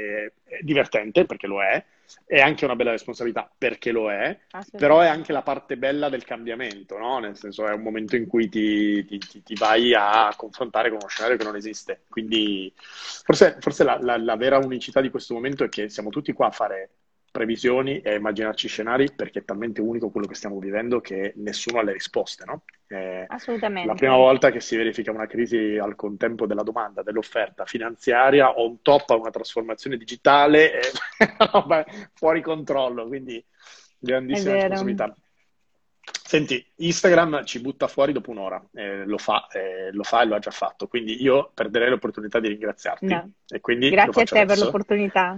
è divertente perché lo è anche una bella responsabilità perché lo è, però è anche Assolutamente. la parte bella del cambiamento, no? Nel senso è un momento in cui ti vai a confrontare con uno scenario che non esiste. Quindi forse la vera unicità di questo momento è che siamo tutti qua a fare previsioni e a immaginarci scenari perché è talmente unico quello che stiamo vivendo che nessuno ha le risposte, no? È la prima Assolutamente. volta che si verifica una crisi al contempo della domanda, dell'offerta finanziaria, on top a una trasformazione digitale, roba fuori controllo, quindi È grandissima vero. responsabilità. Senti, Instagram ci butta fuori dopo un'ora, lo fa e lo ha già fatto, quindi io perderei l'opportunità di ringraziarti No. e quindi lo Grazie a faccio te per adesso. l'opportunità.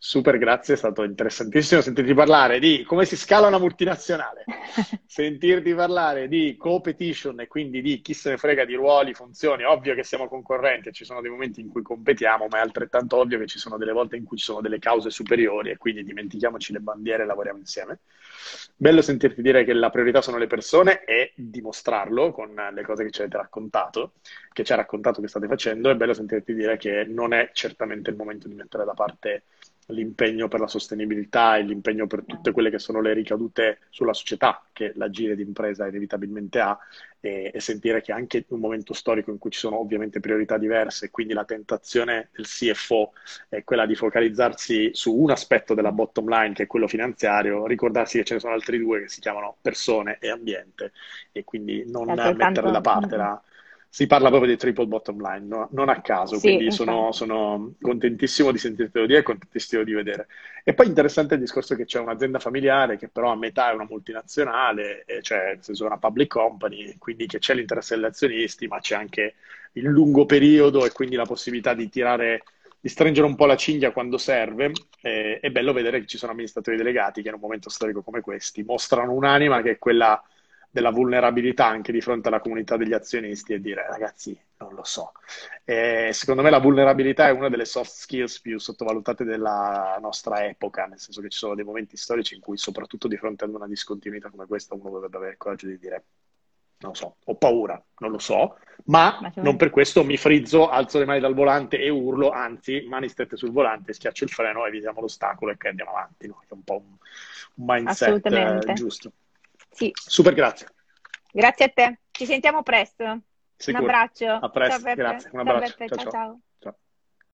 Super, grazie, è stato interessantissimo sentirti parlare di come si scala una multinazionale, sentirti parlare di competition e quindi di chi se ne frega di ruoli, funzioni. Ovvio che siamo concorrenti e ci sono dei momenti in cui competiamo, ma è altrettanto ovvio che ci sono delle volte in cui ci sono delle cause superiori e quindi dimentichiamoci le bandiere e lavoriamo insieme. Bello sentirti dire che la priorità sono le persone e dimostrarlo con le cose che ci avete raccontato, che ci ha raccontato che state facendo. È bello sentirti dire che non è certamente il momento di mettere da parte l'impegno per la sostenibilità e l'impegno per tutte quelle che sono le ricadute sulla società che l'agire di impresa inevitabilmente ha e sentire che anche in un momento storico in cui ci sono ovviamente priorità diverse, quindi la tentazione del CFO è quella di focalizzarsi su un aspetto della bottom line che è quello finanziario, ricordarsi che ce ne sono altri due che si chiamano persone e ambiente e quindi non metterle da parte. Si parla proprio di triple bottom line, no? Non a caso, Sì, quindi sono contentissimo di sentirtelo dire e contentissimo di vedere. E poi interessante il discorso che c'è un'azienda familiare che però a metà è una multinazionale, cioè nel senso una public company, quindi che c'è l'interesse degli azionisti, ma c'è anche il lungo periodo e quindi la possibilità di di stringere un po' la cinghia quando serve. È bello vedere che ci sono amministratori delegati che in un momento storico come questi mostrano un'anima che è quella della vulnerabilità anche di fronte alla comunità degli azionisti e dire ragazzi, non lo so. Secondo me la vulnerabilità è una delle soft skills più sottovalutate della nostra epoca, nel senso che ci sono dei momenti storici in cui soprattutto di fronte ad una discontinuità come questa uno dovrebbe avere il coraggio di dire non lo so, ho paura, non lo so, ma non per questo mi frizzo, alzo le mani dal volante e urlo, anzi, mani strette sul volante, schiaccio il freno, evitiamo l'ostacolo e poi andiamo avanti, no? È un po' un mindset giusto. Sì. Super, grazie. Grazie a te. Ci sentiamo presto. Sicuro. Un abbraccio. A presto. Ciao, Grazie. Un ciao, abbraccio. ciao, ciao. Ciao.